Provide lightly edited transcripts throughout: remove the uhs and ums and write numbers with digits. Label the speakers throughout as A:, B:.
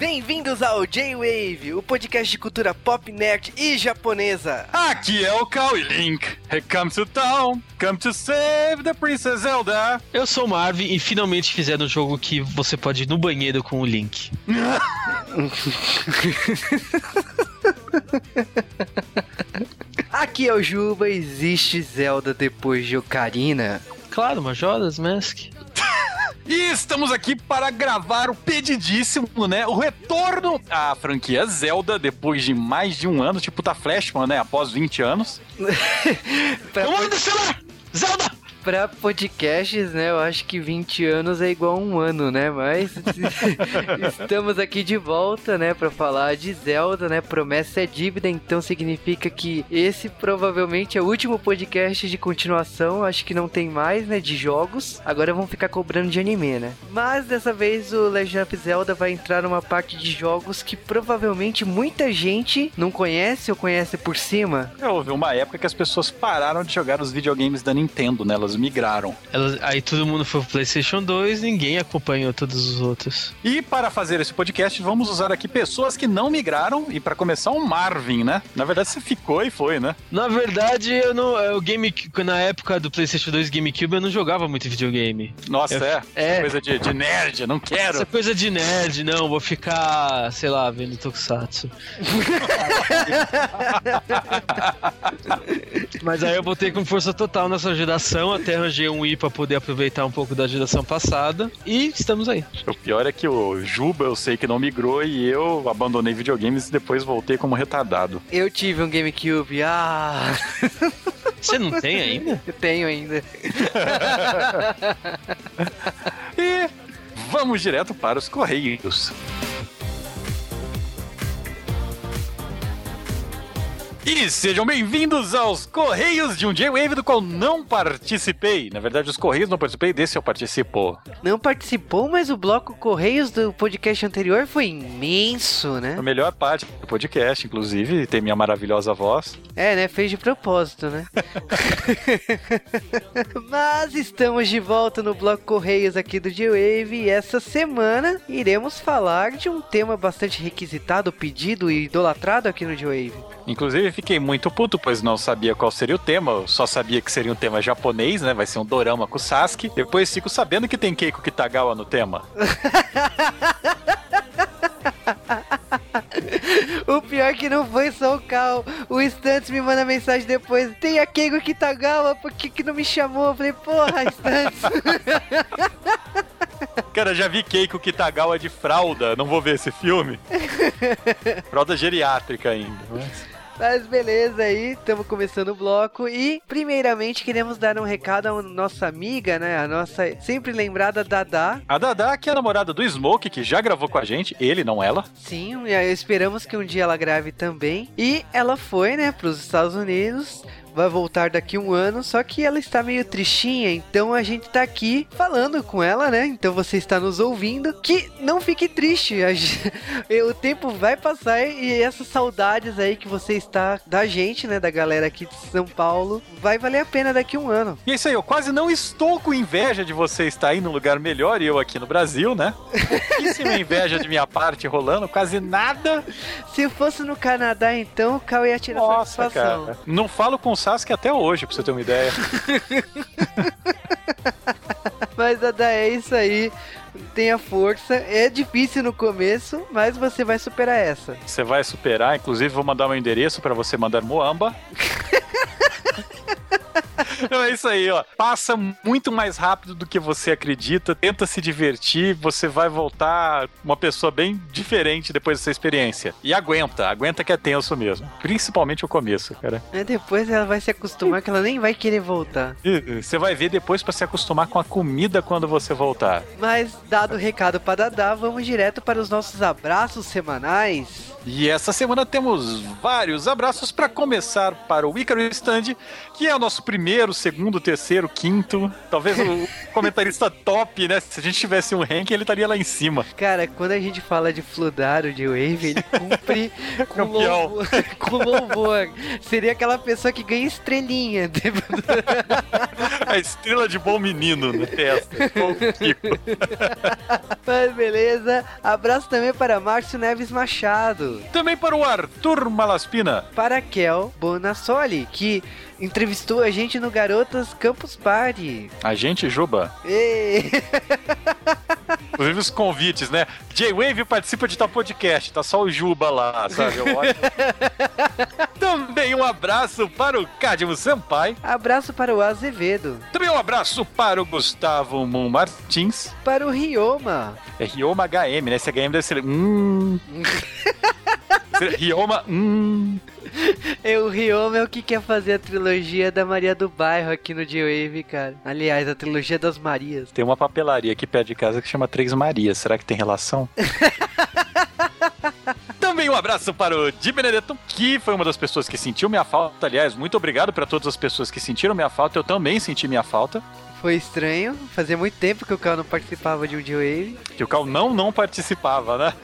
A: Bem-vindos ao J-Wave, o podcast de cultura pop, nerd e japonesa.
B: Aqui é o Cal e Link. He comes to town, come to save the Princess Zelda.
C: Eu sou o Marvin e finalmente fizeram um jogo que você pode ir no banheiro com o Link.
A: Aqui é o Juba, existe Zelda depois de Ocarina?
C: Claro, Majora's Mask.
B: E estamos aqui para gravar o pedidíssimo, né? O retorno à franquia Zelda depois de mais de um ano, tipo da Flashman, né? Após 20 anos.
C: Vamos descer lá! Zelda!
A: Pra podcasts, né, eu acho que 20 anos é igual a um ano, né, mas estamos aqui de volta, né, pra falar de Zelda, né, promessa é dívida, então significa que esse provavelmente é o último podcast de continuação, acho que não tem mais, né, de jogos, agora vão ficar cobrando de anime, né, mas dessa vez o Legend of Zelda vai entrar numa parte de jogos que provavelmente muita gente não conhece ou conhece por cima.
B: Houve uma época que as pessoas pararam de jogar os videogames da Nintendo, né, elas migraram.
C: Aí todo mundo foi pro PlayStation 2, ninguém acompanhou todos os outros.
B: E para fazer esse podcast, vamos usar aqui pessoas que não migraram. E para começar, o Marvin, né? Na verdade, você ficou e foi, né?
C: Na verdade, na época do PlayStation 2 GameCube, eu não jogava muito videogame.
B: Nossa, coisa de nerd, não quero.
C: Essa coisa de nerd, não, vou ficar, sei lá, vendo Tokusatsu. Mas aí eu voltei com força total nessa geração, até arranjei um Wii pra poder aproveitar um pouco da geração passada, e estamos aí.
B: O pior é que o Juba, eu sei que não migrou, e eu abandonei videogames e depois voltei como retardado.
A: Eu tive um GameCube,
C: Você não tem ainda?
A: Eu tenho ainda.
B: E vamos direto para os Correios. E sejam bem-vindos aos Correios de um J-Wave do qual não participei. Na verdade, os Correios não participei, desse eu participo.
A: Não participou, mas o bloco Correios do podcast anterior foi imenso, né?
B: A melhor parte do podcast, inclusive, tem minha maravilhosa voz.
A: É, né? Fez de propósito, né? Mas estamos de volta no bloco Correios aqui do J-Wave e essa semana iremos falar de um tema bastante requisitado, pedido e idolatrado aqui no J-Wave.
B: Inclusive, fiquei muito puto, pois não sabia qual seria o tema. Eu só sabia que seria um tema japonês, né? Vai ser um dorama com o Sasuke. Depois fico sabendo que tem Keiko Kitagawa no tema.
A: O pior é que não foi só o Cal. O Stunts me manda mensagem depois: tem a Keiko Kitagawa, por que não me chamou? Eu falei: porra, Stunts.
B: Cara, já vi Keiko Kitagawa de fralda. Não vou ver esse filme. Fralda geriátrica ainda.
A: Mas beleza aí, estamos começando o bloco e primeiramente queremos dar um recado à nossa amiga, né, a nossa sempre lembrada Dada.
B: A Dada, que é a namorada do Smoke, que já gravou com a gente, ele, não ela.
A: Sim, esperamos que um dia ela grave também. E ela foi, né, para os Estados Unidos. Vai voltar daqui um ano, só que ela está meio tristinha, então a gente tá aqui falando com ela, né? Então você está nos ouvindo, que não fique triste, o tempo vai passar e essas saudades aí que você está da gente, né? Da galera aqui de São Paulo, vai valer a pena daqui um ano.
B: E é isso aí, eu quase não estou com inveja de você estar aí num lugar melhor e eu aqui no Brasil, né? Pouquíssima inveja de minha parte rolando, quase nada.
A: Se fosse no Canadá, então, o Cal ia tirar satisfação.
B: Cara, não falo com Sasuke até hoje, pra você ter uma ideia.
A: Mas, Dada, é isso aí. Tenha força. É difícil no começo, mas você vai superar essa.
B: Você vai superar. Inclusive, vou mandar meu endereço pra você mandar Moamba. Então é isso aí, ó. Passa muito mais rápido do que você acredita. Tenta se divertir. Você vai voltar uma pessoa bem diferente depois dessa experiência. E aguenta que é tenso mesmo. Principalmente o começo, cara.
A: Depois ela vai se acostumar que ela nem vai querer voltar.
B: Você vai ver depois pra se acostumar com a comida quando você voltar.
A: Mas, dado o recado pra Dada, vamos direto para os nossos abraços semanais.
B: E essa semana temos vários abraços para começar para o Ícaro Stand, que é o nosso primeiro primeiro, segundo, terceiro, quinto. Talvez o comentarista top, né? Se a gente tivesse um ranking, ele estaria lá em cima.
A: Cara, quando a gente fala de Fludar, o J-Wave, ele cumpre
B: Campeão.
A: com louvor. Seria aquela pessoa que ganha estrelinha.
B: A estrela de bom menino na testa. Bom Kiko.
A: Mas beleza. Abraço também para Márcio Neves Machado.
B: Também para o Arthur Malaspina.
A: Para Kel Bonassoli, que entrevistou a gente no Garotas Campus Party.
B: A gente, Juba.
A: Ei.
B: Inclusive os convites, né? J-Wave participa de tal podcast, tá só o Juba lá, sabe? Eu olho. Também um abraço para o Cadmo Senpai.
A: Abraço para o Azevedo.
B: Também um abraço para o Gustavo Moon Martins.
A: Para o Rioma.
B: É Rioma HM, né? Esse HM deve ser... Rioma...
A: O Rioma é o que quer fazer a trilogia da Maria do Bairro aqui no J-Wave, cara. Aliás, a trilogia das Marias.
B: Tem uma papelaria aqui perto de casa que chama Três Marias. Será que tem relação? Também um abraço para o Di Benedetto, que foi uma das pessoas que sentiu minha falta. Aliás, muito obrigado para todas as pessoas que sentiram minha falta. Eu também senti minha falta.
A: Foi estranho, fazia muito tempo que o Cal não participava de um J-Wave.
B: Que o Cal não participava, né?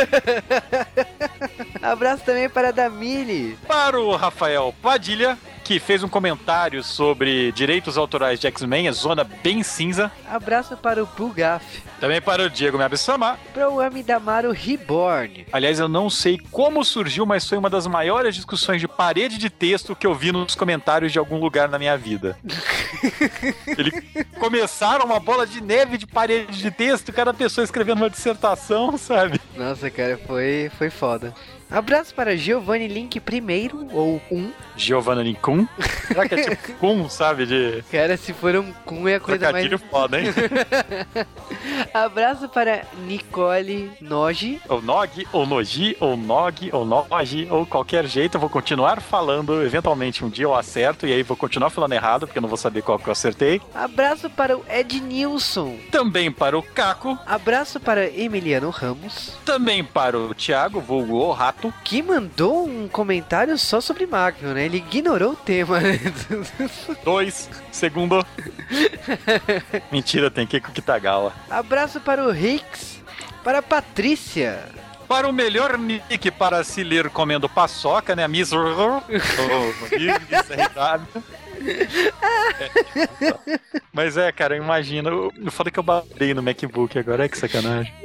A: Abraço também para a Damile.
B: Para o Rafael Padilha, que fez um comentário sobre direitos autorais de X-Men, a zona bem cinza.
A: Abraço para o Bugaf.
B: Também para o Diego Miabissama.
A: Para o Amidamaru Reborn.
B: Aliás, eu não sei como surgiu, mas foi uma das maiores discussões de parede de texto que eu vi nos comentários de algum lugar na minha vida. Eles começaram uma bola de neve de parede de texto, cada pessoa escrevendo uma dissertação, sabe?
A: Nossa, cara, foi foda. Abraço para Giovanni Link primeiro, ou
B: Giovanna Lincum. Será que é tipo Kun, sabe? De...
A: Cara, se for um Kun é a coisa mais...
B: foda, hein?
A: Abraço para Nicole Noji.
B: Ou Nog, ou Noji, ou Nog, ou Noji, ou qualquer jeito. Eu vou continuar falando, eventualmente um dia eu acerto, e aí vou continuar falando errado, porque eu não vou saber qual que eu acertei.
A: Abraço para o Ed Nilson.
B: Também para o Caco.
A: Abraço para Emiliano Ramos.
B: Também para o Thiago, vulgo o Rato.
A: Que mandou um comentário só sobre Marvel, né? Ele ignorou o tema.
B: 2 segundos. Mentira, tem Kiko Kitagawa.
A: Abraço para o Hicks. Para a Patrícia.
B: Para o melhor nick para se ler comendo paçoca, né? Miss... Mas cara, imagina. Eu falei que eu babei no MacBook agora, que sacanagem.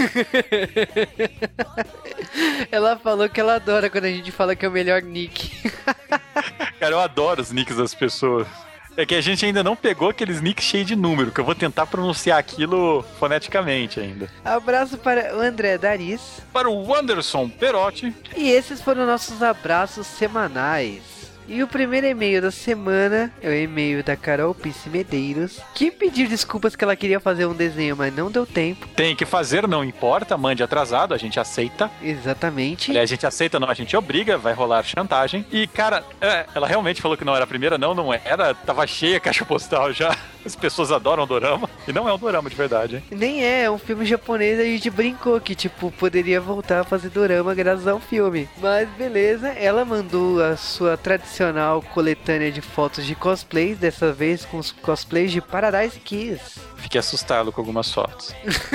A: Ela falou que ela adora quando a gente fala que é o melhor nick.
B: Cara, eu adoro os nicks das pessoas. É que a gente ainda não pegou aqueles nicks cheios de número, que eu vou tentar pronunciar aquilo foneticamente ainda.
A: Abraço para o André Daris.
B: Para o Anderson Perotti.
A: E esses foram nossos abraços semanais. E o primeiro e-mail da semana é o e-mail da Carol Pice Medeiros, que pediu desculpas que ela queria fazer um desenho, mas não deu tempo.
B: Tem que fazer, não importa, mande atrasado, a gente aceita.
A: Exatamente.
B: Aliás, a gente aceita, não, a gente obriga, vai rolar chantagem. E, cara, ela realmente falou que não era a primeira, não era, tava cheia a caixa postal já. As pessoas adoram dorama, e não é um dorama de verdade, hein?
A: Nem é um filme japonês, a gente brincou que, tipo, poderia voltar a fazer dorama graças ao filme. Mas beleza, ela mandou a sua tradicional coletânea de fotos de cosplays, dessa vez com os cosplays de Paradise Kiss.
B: Fiquei assustado com algumas fotos.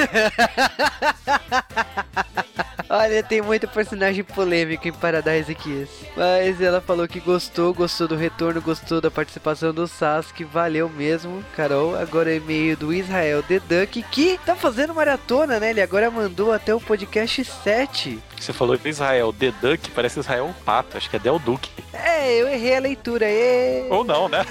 A: Olha, tem muito personagem polêmico em Paradise Kiss. Mas ela falou que gostou do retorno, gostou da participação do Sasuke, valeu mesmo, Carol. Agora é e-mail do Israel The Duck, que tá fazendo maratona, né? Ele agora mandou até o podcast 7.
B: Você falou de Israel The Duck, parece Israel Pato, acho que é Del Duque.
A: Eu errei a leitura,
B: Ou não, né?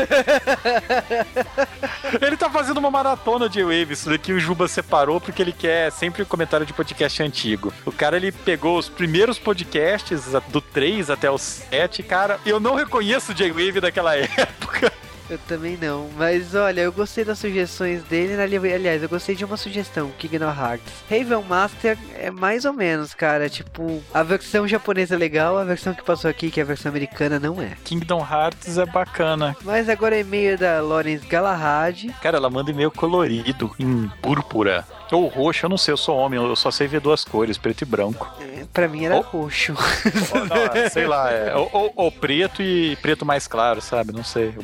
B: Ele tá fazendo uma maratona de Wave, isso daqui o Juba separou porque ele quer sempre o comentário de podcast antigo. O cara, ele pegou os primeiros podcasts, do 3 até o 7, cara, eu não reconheço o J-Wave daquela época.
A: Eu também não, mas olha, eu gostei das sugestões dele, aliás, eu gostei de uma sugestão, Kingdom Hearts. Raven Master é mais ou menos, cara, tipo, a versão japonesa é legal, a versão que passou aqui, que é a versão americana, não é.
B: Kingdom Hearts é bacana.
A: Mas agora é e-mail da Lawrence Galahad.
B: Cara, ela manda e-mail colorido, em púrpura. Ou roxo, eu não sei, eu sou homem, eu só sei ver duas cores, preto e branco.
A: Pra mim era roxo.
B: Não, sei lá, ou preto e preto mais claro, sabe? Não sei, o branco escuro.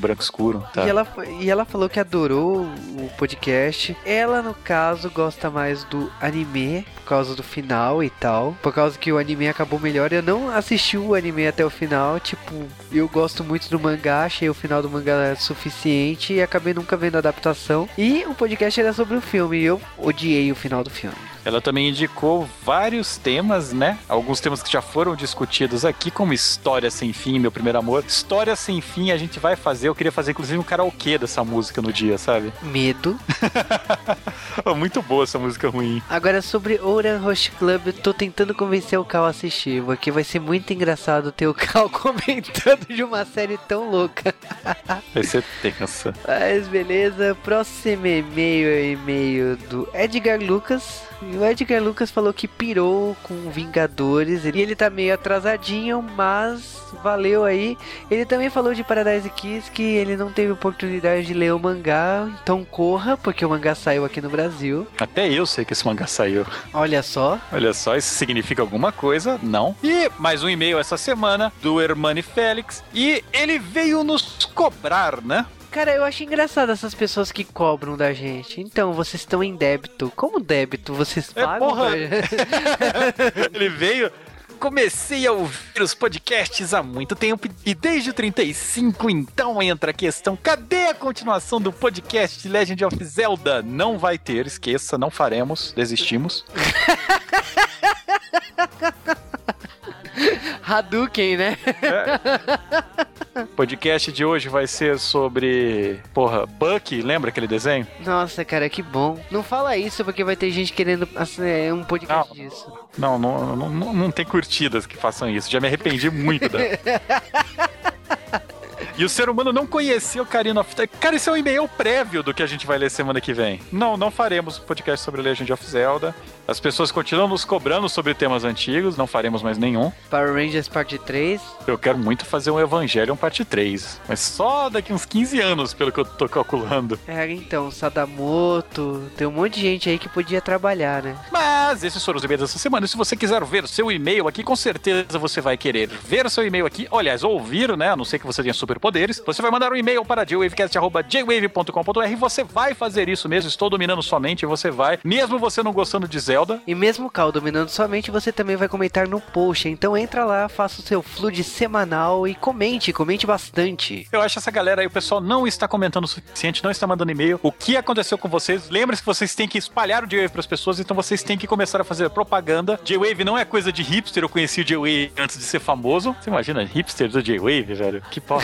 B: futuro. Tá.
A: E ela falou que adorou o podcast. Ela, no caso, gosta mais do anime, por causa do final e tal. Por causa que o anime acabou melhor. Eu não assisti o anime até o final. Tipo, eu gosto muito do mangá, achei o final do mangá suficiente e acabei nunca vendo a adaptação. E o podcast era sobre o filme e eu odiei o final do filme.
B: Ela também indicou vários temas, né? Alguns temas que já foram discutidos aqui, como História Sem Fim, Meu Primeiro Amor. História Sem Fim a gente vai fazer, eu queria fazer inclusive um karaokê dessa música no dia, sabe?
A: Medo.
B: Muito boa essa música ruim.
A: Agora sobre Ouran Host Club, eu tô tentando convencer o Cal a assistir, porque vai ser muito engraçado ter o Cal comentando de uma série tão louca.
B: Vai ser tensa.
A: Mas beleza, próximo e-mail é o e-mail do Edgar Lucas. E o Edgar Lucas falou que pirou com Vingadores. E ele tá meio atrasadinho, mas valeu aí. Ele também falou de Paradise Kiss, que ele não teve oportunidade de ler o mangá. Então corra, porque o mangá saiu aqui no Brasil.
B: Até eu sei que esse mangá saiu.
A: Olha só.
B: Olha só, isso significa alguma coisa? Não. E mais um e-mail essa semana do Hermani Félix. E ele veio nos cobrar, né?
A: Cara, eu acho engraçado essas pessoas que cobram da gente. Então, vocês estão em débito. Como débito? Vocês pagam?
B: Porra. Ele veio... Comecei a ouvir os podcasts há muito tempo e desde o 35, então entra a questão: cadê a continuação do podcast de Legend of Zelda? Não vai ter, esqueça, não faremos, desistimos.
A: Hadouken, né?
B: O podcast de hoje vai ser sobre... Porra, Bucky, lembra aquele desenho?
A: Nossa, cara, que bom. Não fala isso porque vai ter gente querendo um podcast disso.
B: Não tem curtidas que façam isso. Já me arrependi muito da... E o ser humano não conheceu Ocarina of Time. Cara, esse é um e-mail prévio do que a gente vai ler semana que vem. Não faremos podcast sobre Legend of Zelda. As pessoas continuam nos cobrando sobre temas antigos, não faremos mais nenhum.
A: Power Rangers parte 3.
B: Eu quero muito fazer um Evangelion parte 3, mas só daqui uns 15 anos, pelo que eu tô calculando.
A: Então, Sadamoto, tem um monte de gente aí que podia trabalhar, né?
B: Mas esses foram os e-mails dessa semana. E se você quiser ver seu e-mail aqui, com certeza você vai querer ver seu e-mail aqui. Aliás, ouvir, né? A não ser que você tenha superpoderes. Você vai mandar um e-mail para jwavecast@jwave.com.br e você vai fazer isso mesmo. Estou dominando sua mente e você vai, mesmo você não gostando de Zelda.
A: E mesmo o Cal dominando sua mente, você também vai comentar no post. Então entra lá, faça o seu flood semanal e comente bastante.
B: Eu acho essa galera aí, o pessoal não está comentando o suficiente, não está mandando e-mail. O que aconteceu com vocês? Lembre-se que vocês têm que espalhar o J-Wave para as pessoas, então vocês têm que começar a fazer propaganda. J-Wave não é coisa de hipster, eu conheci o J-Wave antes de ser famoso. Você imagina, hipster do J-Wave, velho? Que porra.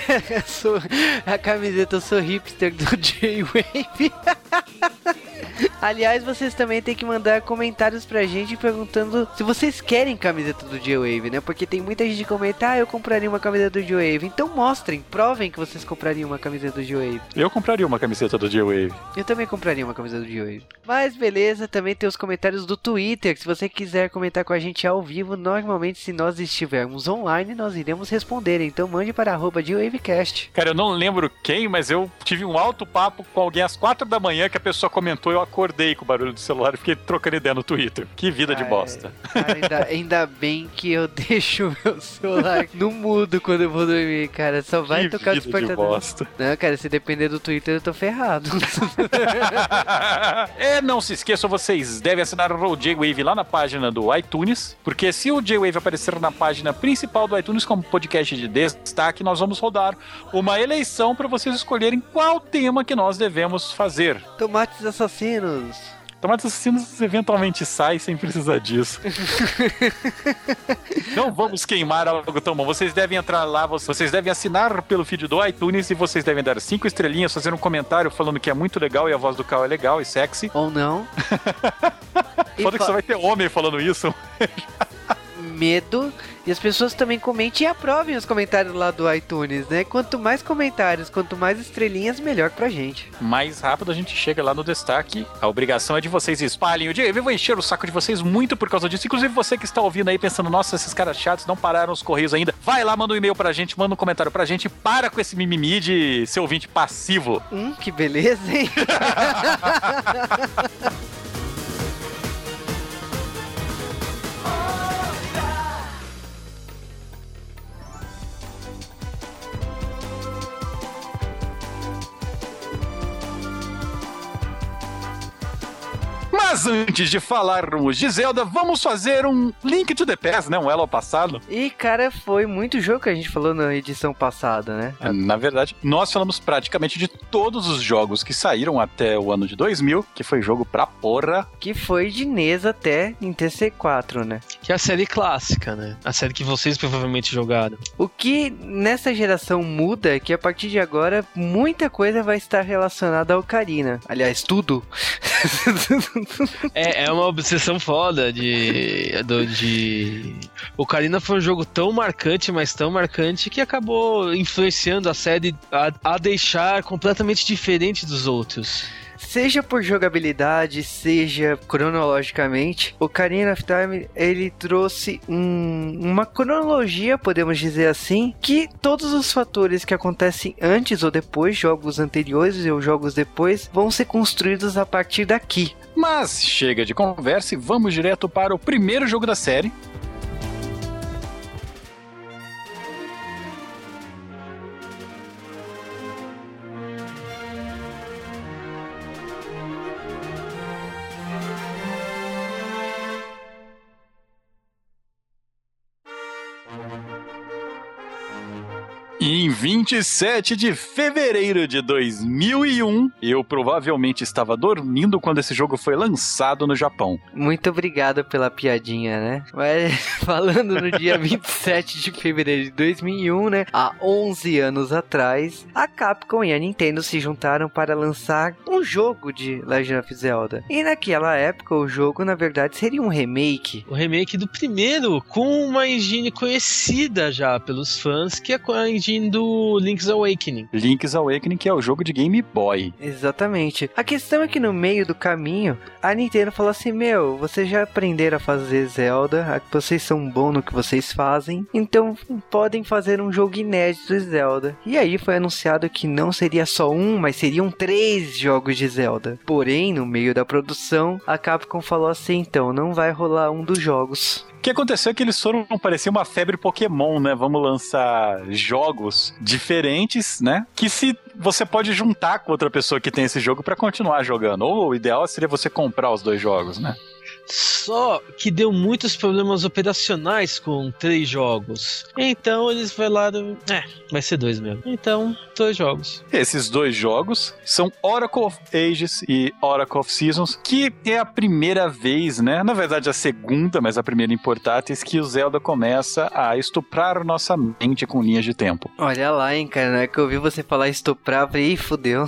A: A camiseta, eu sou hipster do J-Wave. Aliás, vocês também têm que mandar comentários pra gente perguntando se vocês querem camiseta do J-Wave, né? Porque tem muita gente que comenta, eu compraria uma camiseta do J-Wave. Então mostrem, provem que vocês comprariam uma camiseta do J-Wave.
B: Eu compraria uma camiseta do J-Wave.
A: Eu também compraria uma camiseta do J-Wave. Mas beleza, também tem os comentários do Twitter. Se você quiser comentar com a gente ao vivo, normalmente se nós estivermos online, nós iremos responder. Então mande para @JWavecast.
B: Cara, eu não lembro quem, mas eu tive um alto papo com alguém às 4 da manhã que a pessoa comentou, eu acordei com o barulho do celular e fiquei trocando ideia no Twitter. Que vida de bosta.
A: Cara, ainda bem que eu deixo o meu celular no mudo quando eu vou dormir, cara. Só vai
B: que
A: tocar o
B: vida
A: despertador.
B: De bosta.
A: Não, cara, se depender do Twitter eu tô ferrado.
B: Não se esqueçam, vocês devem assinar o J-Wave lá na página do iTunes, porque se o J-Wave aparecer na página principal do iTunes como podcast de destaque, nós vamos rodar uma eleição para vocês escolherem qual tema que nós devemos fazer.
A: Tomates assassinos.
B: Tomates assassinos eventualmente sai sem precisar disso. Não vamos queimar algo tão bom. Vocês devem entrar lá, vocês devem assinar pelo feed do iTunes e vocês devem dar 5 estrelinhas, fazer um comentário falando que é muito legal e a voz do Cal é legal e sexy.
A: Ou não.
B: Foda que só vai ter homem falando isso.
A: Medo. E as pessoas também comentem e aprovem os comentários lá do iTunes, né? Quanto mais comentários, quanto mais estrelinhas, melhor pra gente.
B: Mais rápido a gente chega lá no destaque. A obrigação é de vocês espalhem o dia. Eu vou encher o saco de vocês muito por causa disso. Inclusive você que está ouvindo aí pensando, nossa, esses caras chatos não pararam os correios ainda. Vai lá, manda um e-mail pra gente, manda um comentário pra gente. Para com esse mimimi de ser ouvinte passivo.
A: Que beleza, hein?
B: Mas antes de falarmos de Zelda, vamos fazer um Link to the Past, né? Um elo ao passado.
A: E, cara, foi muito jogo que a gente falou na edição passada, né?
B: Na verdade, nós falamos praticamente de todos os jogos que saíram até o ano de 2000, que foi jogo pra porra.
A: Que foi de NES até Nintendo 64, né?
C: Que é a série clássica, né? A série que vocês provavelmente jogaram.
A: O que nessa geração muda é que a partir de agora muita coisa vai estar relacionada ao Ocarina. Aliás, tudo.
C: É uma obsessão foda de... Ocarina foi um jogo tão marcante, mas tão marcante, que acabou influenciando a série a deixar completamente diferente dos outros.
A: Seja por jogabilidade, seja cronologicamente, o Ocarina of Time, ele trouxe uma cronologia, podemos dizer assim, que todos os fatores que acontecem antes ou depois, jogos anteriores ou jogos depois, vão ser construídos a partir daqui.
B: Mas chega de conversa e vamos direto para o primeiro jogo da série. Em 27 de fevereiro de 2001, eu provavelmente estava dormindo quando esse jogo foi lançado no Japão.
A: Muito obrigado pela piadinha, né? Mas falando no dia 27 de fevereiro de 2001, né? Há 11 anos atrás, a Capcom e a Nintendo se juntaram para lançar um jogo de Legend of Zelda. E naquela época, o jogo, na verdade, seria um remake.
C: O remake do primeiro, com uma engine conhecida já pelos fãs, que é a engine do Link's Awakening.
B: Link's Awakening, que é o jogo de Game Boy.
A: Exatamente. A questão é que no meio do caminho, a Nintendo falou assim, vocês já aprenderam a fazer Zelda, vocês são bons no que vocês fazem, então podem fazer um jogo inédito de Zelda. E aí foi anunciado que não seria só um, mas seriam 3 jogos de Zelda. Porém, no meio da produção, a Capcom falou assim, então, não vai rolar um dos jogos.
B: O que aconteceu é que eles foram parecer uma febre Pokémon, né? Vamos lançar jogos diferentes, né? Que se você pode juntar com outra pessoa que tem esse jogo pra continuar jogando. Ou o ideal seria você comprar os 2 jogos, né?
C: Só que deu muitos problemas operacionais com 3 jogos. Então eles falaram, vai ser 2 mesmo. Então, 2 jogos.
B: Esses 2 jogos são Oracle of Ages e Oracle of Seasons, que é a primeira vez, né? Na verdade a segunda, mas a primeira em portáteis, que o Zelda começa a estuprar nossa mente com linhas de tempo.
A: Olha lá, hein, cara, na hora que eu ouvi você falar estuprar, eu falei, fudeu.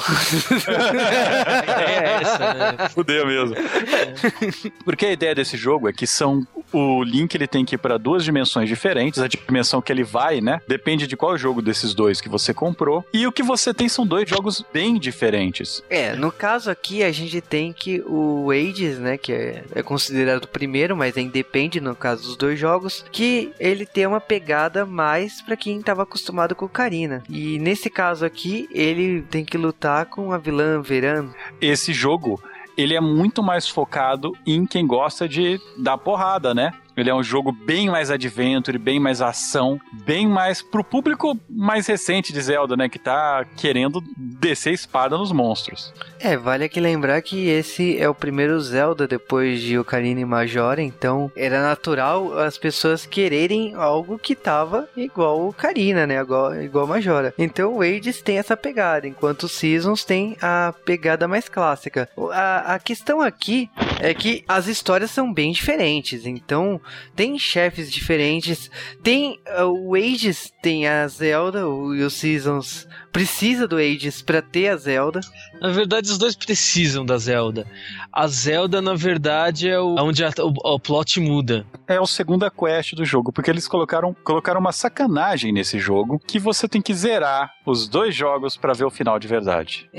C: É essa, né?
B: Fudeu mesmo. Porque a ideia desse jogo é que o Link ele tem que ir para 2 dimensões diferentes, a dimensão que ele vai, né, depende de qual jogo desses 2 que você comprou, e o que você tem são 2 jogos bem diferentes.
A: No caso aqui a gente tem que o Ages, né, que é considerado o primeiro, mas independe no caso dos 2 jogos, que ele tem uma pegada mais para quem estava acostumado com o Ocarina. E nesse caso aqui, ele tem que lutar com a vilã Veran.
B: Esse jogo, ele é muito mais focado em quem gosta de dar porrada, né? Ele é um jogo bem mais adventure, bem mais ação, bem mais pro público mais recente de Zelda, né? Que tá querendo descer espada nos monstros.
A: Vale aqui lembrar que esse é o primeiro Zelda depois de Ocarina e Majora, então era natural as pessoas quererem algo que tava igual o Ocarina, né? Igual Majora. Então o Ages tem essa pegada, enquanto o Seasons tem a pegada mais clássica. A questão aqui é que as histórias são bem diferentes, então tem chefes diferentes, tem o Ages, tem a Zelda, e o Seasons precisa do Ages pra ter a Zelda.
C: Na verdade, os 2 precisam da Zelda. A Zelda, na verdade, é onde o plot muda.
B: É o segunda quest do jogo, porque eles colocaram uma sacanagem nesse jogo, que você tem que zerar os 2 jogos pra ver o final de verdade.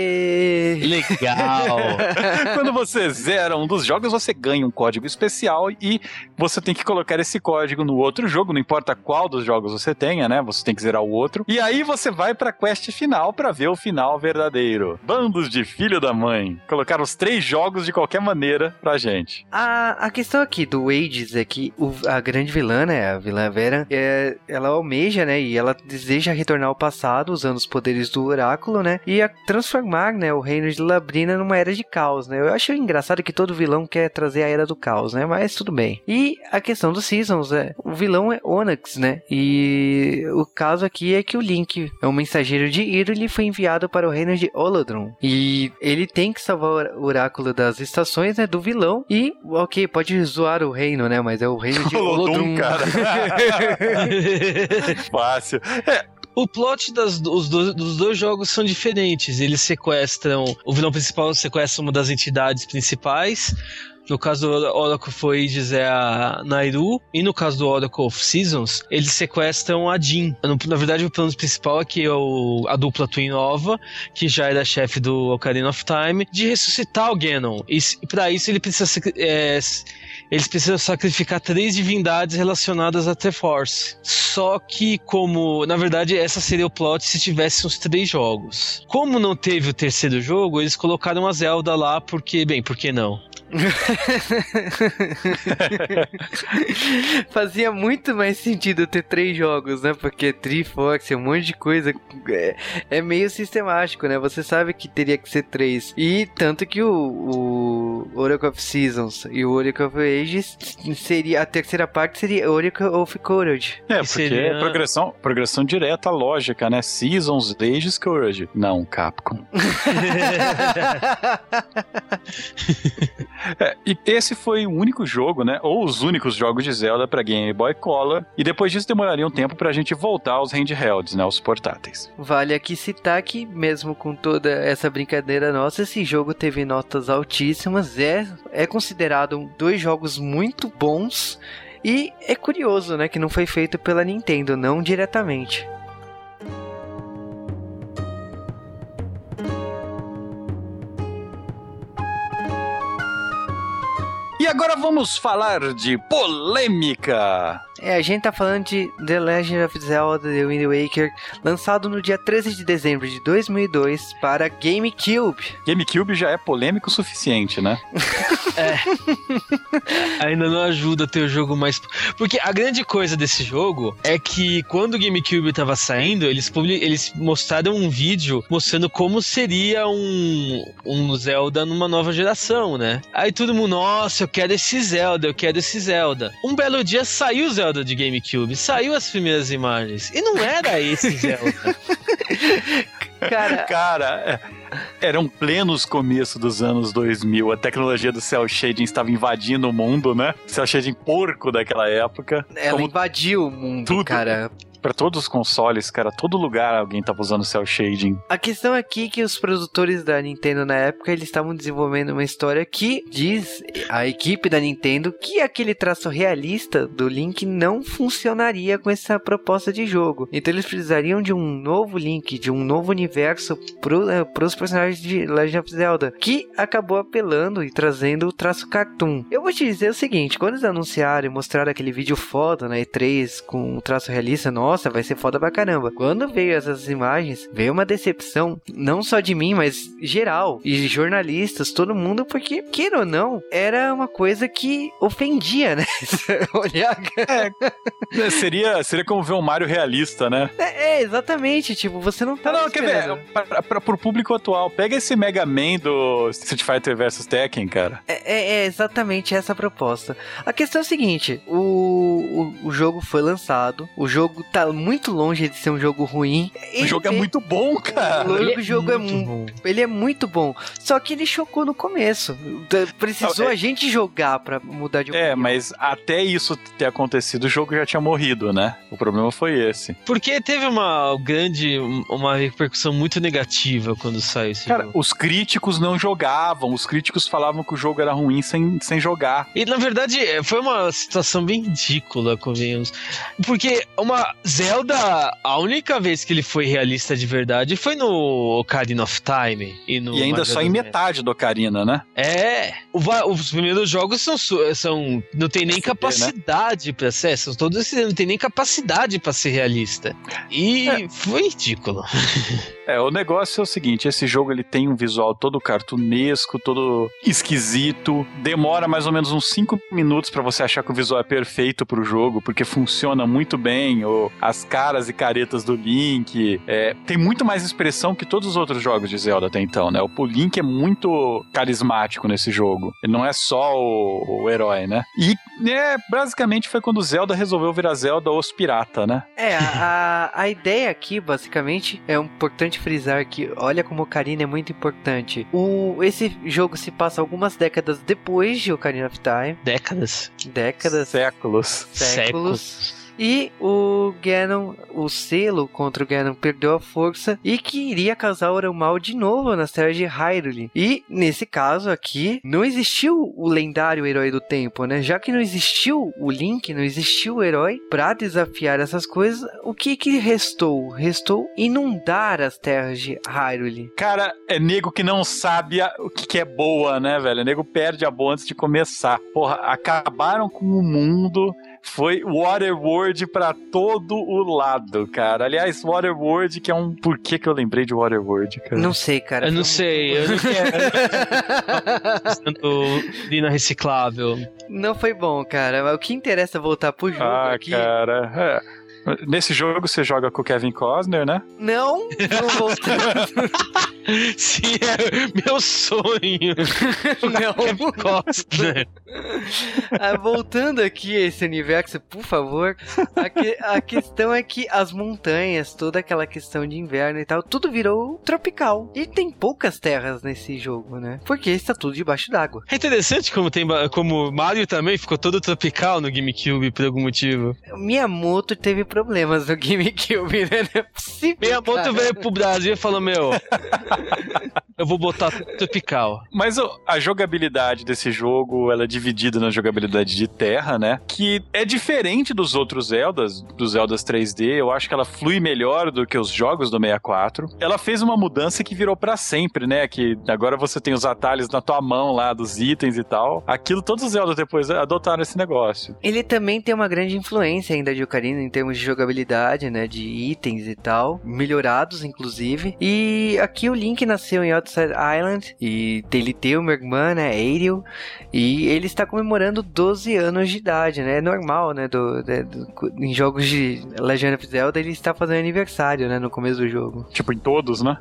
C: Legal!
B: Quando você zera um dos jogos, você ganha um código especial e você tem que colocar esse código no outro jogo, não importa qual dos jogos você tenha, né? Você tem que zerar o outro. E aí você vai pra quest final pra ver o final verdadeiro. Bandos de filho da mãe. Colocaram os 3 jogos de qualquer maneira pra gente.
A: A questão aqui do Ages é que a grande vilã, né? A vilã Vera, ela almeja, né? E ela deseja retornar ao passado usando os poderes do oráculo, né? E transformar, né? O reino de Labrina numa era de caos, né? Eu acho engraçado que todo vilão quer trazer a Era do Caos, né? Mas tudo bem. E a questão dos Seasons, o vilão é Onyx, né? E o caso aqui é que o Link é um mensageiro de Hyrule e foi enviado para o reino de Holodron. E ele tem que salvar o oráculo das estações, né? Do vilão. E, ok, pode zoar o reino, né? Mas é o reino de Holodron,
B: cara. Fácil.
C: O plot dos dois jogos são diferentes. Eles sequestram... O vilão principal sequestra uma das entidades principais. No caso do Oracle of Ages é a Nayru. E no caso do Oracle of Seasons, eles sequestram a Jean. Na verdade, o plano principal é que a dupla Twin Nova, que já era chefe do Ocarina of Time, de ressuscitar o Ganon. E para isso eles precisam sacrificar 3 divindades relacionadas a Triforce. Só que na verdade, essa seria o plot se tivesse uns 3 jogos. Como não teve o terceiro jogo, eles colocaram a Zelda lá porque, por que não?
A: Fazia muito mais sentido ter 3 jogos, né? Porque Triforce, um monte de coisa é meio sistemático, né? Você sabe que teria que ser 3. E tanto que o Oracle of Seasons e o Oracle of Ages seria a terceira parte seria Oracle of Courage.
B: Porque seria... é progressão direta, lógica, né? Seasons, Ages, Courage. Não, Capcom. E esse foi o único jogo, né? Ou os únicos jogos de Zelda para Game Boy Color. E depois disso demoraria um tempo pra gente voltar aos handhelds, né? Os portáteis.
A: Vale aqui citar que, mesmo com toda essa brincadeira nossa, esse jogo teve notas altíssimas. É considerado 2 jogos muito bons. E é curioso, né? Que não foi feito pela Nintendo, não diretamente.
B: E agora vamos falar de polêmica.
A: A gente tá falando de The Legend of Zelda The Wind Waker, lançado no dia 13 de dezembro de 2002 para GameCube.
B: GameCube já é polêmico o suficiente, né?
C: Ainda não ajuda a ter o jogo mais... Porque a grande coisa desse jogo é que quando o GameCube tava saindo, eles mostraram um vídeo mostrando como seria um Zelda numa nova geração, né? Aí todo mundo, nossa, eu quero esse Zelda. Um belo dia saiu o Zelda de GameCube, saiu as primeiras imagens, e não era esse Zelda.
A: Cara,
B: eram plenos começo dos anos 2000, a tecnologia do cel shading estava invadindo o mundo, né? Cel shading porco daquela época.
A: Ela invadiu o mundo,
B: tudo.
A: Cara.
B: Pra todos os consoles, cara, todo lugar alguém tava usando cel shading.
A: A questão aqui é que os produtores da Nintendo na época, eles estavam desenvolvendo uma história que diz a equipe da Nintendo que aquele traço realista do Link não funcionaria com proposta de jogo. Então eles precisariam de um novo Link, de um novo universo pros personagens de Legend of Zelda, que acabou apelando e trazendo o traço cartoon. Eu vou te dizer o seguinte, quando eles anunciaram e mostraram aquele vídeo foda na E3 com o traço realista, nossa, vai ser foda pra caramba. Quando veio essas imagens, veio uma decepção, não só de mim, mas geral, e jornalistas, todo mundo, porque, queira ou não, era uma coisa que ofendia, né? Olhar...
B: Seria como ver um Mario realista, né?
A: Exatamente, tipo, você não tá...
B: Não, quer ver, pro público atual, pega esse Mega Man do Street Fighter vs Tekken, cara.
A: É exatamente essa a proposta. A questão é a seguinte, o jogo foi lançado, o jogo tá muito longe de ser um jogo ruim.
B: O jogo é muito bom, cara.
A: O jogo é muito bom. Ele é muito bom. Só que ele chocou no começo. Precisou a gente jogar pra mudar de opinião.
B: Mas até isso ter acontecido, o jogo já tinha morrido, né? O problema foi esse.
C: Porque teve uma repercussão muito negativa quando saiu esse jogo.
B: Os críticos não jogavam. Os críticos falavam que o jogo era ruim sem jogar.
C: E, na verdade, foi uma situação bem ridícula, convenhamos. Porque Zelda, a única vez que ele foi realista de verdade foi no Ocarina of Time. E
B: ainda só em metade do Ocarina, né?
C: Os primeiros jogos não tem nem capacidade, né, pra ser. Todos esses não tem nem capacidade pra ser realista. E foi ridículo.
B: O negócio é o seguinte, esse jogo ele tem um visual todo cartunesco, todo esquisito, demora mais ou menos uns 5 minutos pra você achar que o visual é perfeito pro jogo, porque funciona muito bem, as caras e caretas do Link, tem muito mais expressão que todos os outros jogos de Zelda até então, né? O Link é muito carismático nesse jogo. jogo. Ele não é só o herói, né? E basicamente foi quando o Zelda resolveu virar Zelda os pirata, né?
A: A ideia aqui, basicamente, é importante frisar que olha como Ocarina é muito importante. Esse jogo se passa algumas décadas depois de Ocarina of Time.
C: Décadas?
B: Séculos.
A: E o Ganon, o selo contra o Ganon perdeu a força e que iria causar o mal de novo nas terras de Hyrule. E, nesse caso aqui, não existiu o lendário herói do tempo, né? Já que não existiu o Link, não existiu o herói pra desafiar essas coisas, o que restou? Restou inundar as terras de Hyrule.
B: Cara, é nego que não sabe o que é boa, né, velho? É nego perde a boa antes de começar. Porra, acabaram com o mundo... Foi Waterworld pra todo o lado, cara. Aliás, Waterworld, que é um... Por que eu lembrei de Waterworld, cara?
A: Não sei, cara.
C: Eu não sei. Eu não quero... Lina reciclável.
A: Não foi bom, cara. Mas o que interessa é voltar pro jogo aqui...
B: cara... Nesse jogo você joga com o Kevin Costner, né?
A: Não voltando.
C: Sim, é meu sonho.
A: Não.
C: Kevin Costner.
A: Voltando aqui a esse universo, por favor. A questão é que as montanhas, toda aquela questão de inverno e tal, tudo virou tropical. E tem poucas terras nesse jogo, né? Porque está tudo debaixo d'água.
C: É interessante como Mario também ficou todo tropical no GameCube por algum motivo.
A: Miyamoto teve problemas no GameCube, né? Não é possível,
C: Miyamoto veio pro Brasil e falou, eu vou botar tropical.
B: Mas a jogabilidade desse jogo, ela é dividida na jogabilidade de terra, né? Que é diferente dos outros Zeldas, dos Zeldas 3D. Eu acho que ela flui melhor do que os jogos do 64. Ela fez uma mudança que virou pra sempre, né? Que agora você tem os atalhos na tua mão lá, dos itens e tal. Aquilo, todos os Zeldas depois adotaram esse negócio.
A: Ele também tem uma grande influência ainda de Ocarina em termos de jogabilidade, né? De itens e tal. Melhorados, inclusive. E aqui o Link nasceu em Outside Island. E ele tem uma irmã, né? Ariel. E ele está comemorando 12 anos de idade, né? É normal, né? Em jogos de Legend of Zelda, ele está fazendo aniversário, né? No começo do jogo.
B: Tipo em todos, né?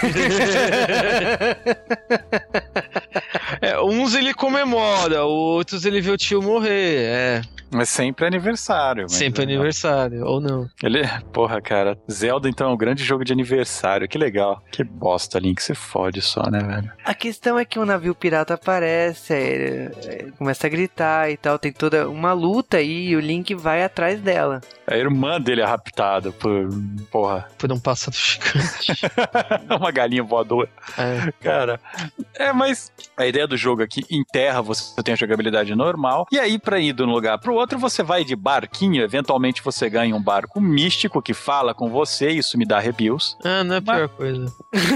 C: Uns ele comemora, outros ele vê o tio morrer,
B: Mas sempre é aniversário.
C: Sempre é aniversário, ou não.
B: Porra, cara. Zelda, então, é um grande jogo de aniversário. Que legal. Que bosta, Link. Você fode só, né, velho?
A: A questão é que um navio pirata aparece, aí começa a gritar e tal. Tem toda uma luta e o Link vai atrás dela.
B: A irmã dele é raptada por
C: um pássaro gigante.
B: Uma galinha voadora. Cara, mas a ideia do jogo aqui, em terra você tem a jogabilidade normal, e aí pra ir de um lugar pro outro você vai de barquinho, eventualmente você ganha um barco místico que fala com você, isso me dá arrepios.
C: Não é a pior coisa.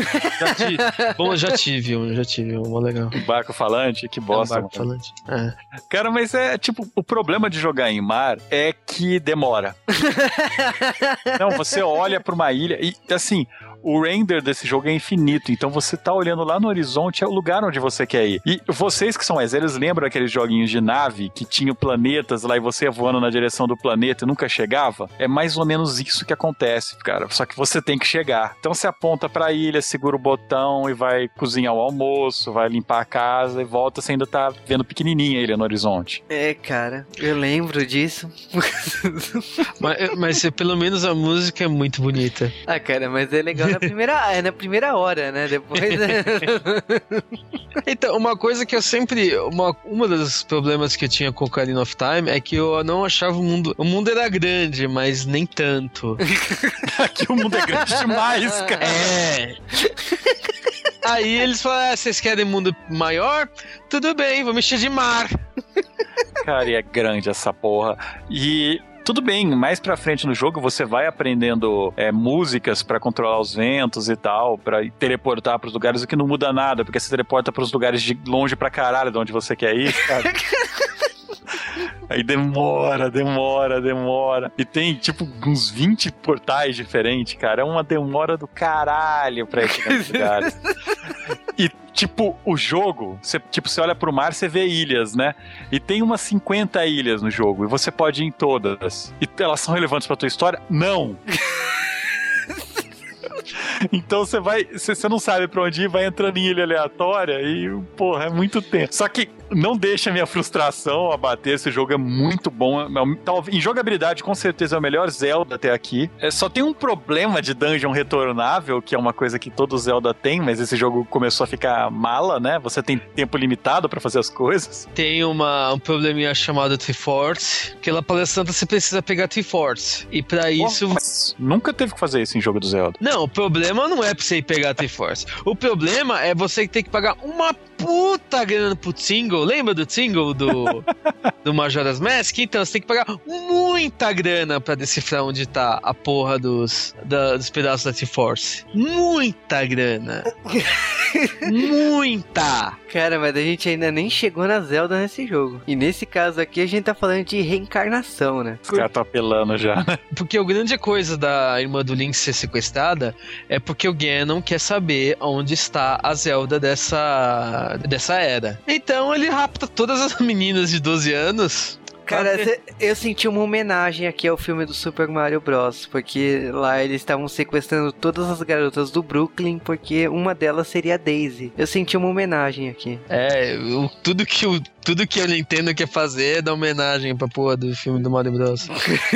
C: Já tive um legal.
B: Um barco falante, que bosta.
C: Barco falante.
B: Cara, mas o problema de jogar em mar é que demora. Não, você olha pra uma ilha e, assim, o render desse jogo é infinito, então você tá olhando lá no horizonte, é o lugar onde você quer ir. E vocês que são mais velhos lembram aqueles joguinhos de nave que tinham planetas lá e você ia voando na direção do planeta e nunca chegava? É mais ou menos isso que acontece, cara. Só que você tem que chegar. Então você aponta pra ilha, segura o botão e vai cozinhar o almoço, vai limpar a casa e volta, você ainda tá vendo pequenininha a ilha no horizonte.
A: Cara, eu lembro disso.
C: mas pelo menos a música é muito bonita.
A: Cara, mas é legal na primeira hora, né? Depois...
C: Então, uma coisa que eu sempre... Uma dos problemas que eu tinha com Ocarina of Time é que eu não achava o mundo... O mundo era grande, mas nem tanto.
B: Aqui o mundo é grande demais, cara.
C: Aí eles falaram, vocês querem mundo maior? Tudo bem, vou mexer de mar.
B: Cara, e é grande essa porra. E... Tudo bem, mais pra frente no jogo você vai aprendendo músicas pra controlar os ventos e tal, pra teleportar pros lugares, o que não muda nada, porque você teleporta pros lugares de longe pra caralho de onde você quer ir, cara. Aí demora. E tem, tipo, uns 20 portais diferentes, cara. É uma demora do caralho pra ir nos lugares. E, tipo, o jogo, você olha pro mar, você vê ilhas, né? E tem umas 50 ilhas no jogo, e você pode ir em todas. E elas são relevantes pra tua história? Não! Então você não sabe pra onde ir, vai entrando em ilha aleatória e, porra, é muito tempo. Só que não deixa a minha frustração abater, esse jogo é muito bom. Em jogabilidade, com certeza é o melhor Zelda até aqui. Só tem um problema de dungeon retornável, que é uma coisa que todo Zelda tem, mas esse jogo começou a ficar mala, né? Você tem tempo limitado pra fazer as coisas.
C: Tem um probleminha chamado Triforce, que lá palestrante você precisa pegar Triforce. E pra isso...
B: Mas nunca teve que fazer isso em jogo do Zelda.
C: Não, o problema não é pra você ir pegar Triforce. O problema é você ter que pagar uma puta grana pro Tingle. Lembra do Tingle do Majora's Mask? Então, você tem que pagar muita grana pra decifrar onde tá a porra dos pedaços da Triforce. Muita grana. Muita!
A: Cara, mas a gente ainda nem chegou na Zelda nesse jogo. E nesse caso aqui, a gente tá falando de reencarnação, né?
B: Os caras estão apelando já, né?
C: Porque a grande coisa da irmã do Link ser sequestrada é porque o Ganon quer saber onde está a Zelda dessa era. Então ele rapta todas as meninas de 12 anos.
A: Cara, eu senti uma homenagem aqui ao filme do Super Mario Bros. Porque lá eles estavam sequestrando todas as garotas do Brooklyn, porque uma delas seria a Daisy. Eu senti uma homenagem aqui.
C: Tudo que eu Nintendo quer fazer é dar homenagem pra porra do filme do Mario Bros.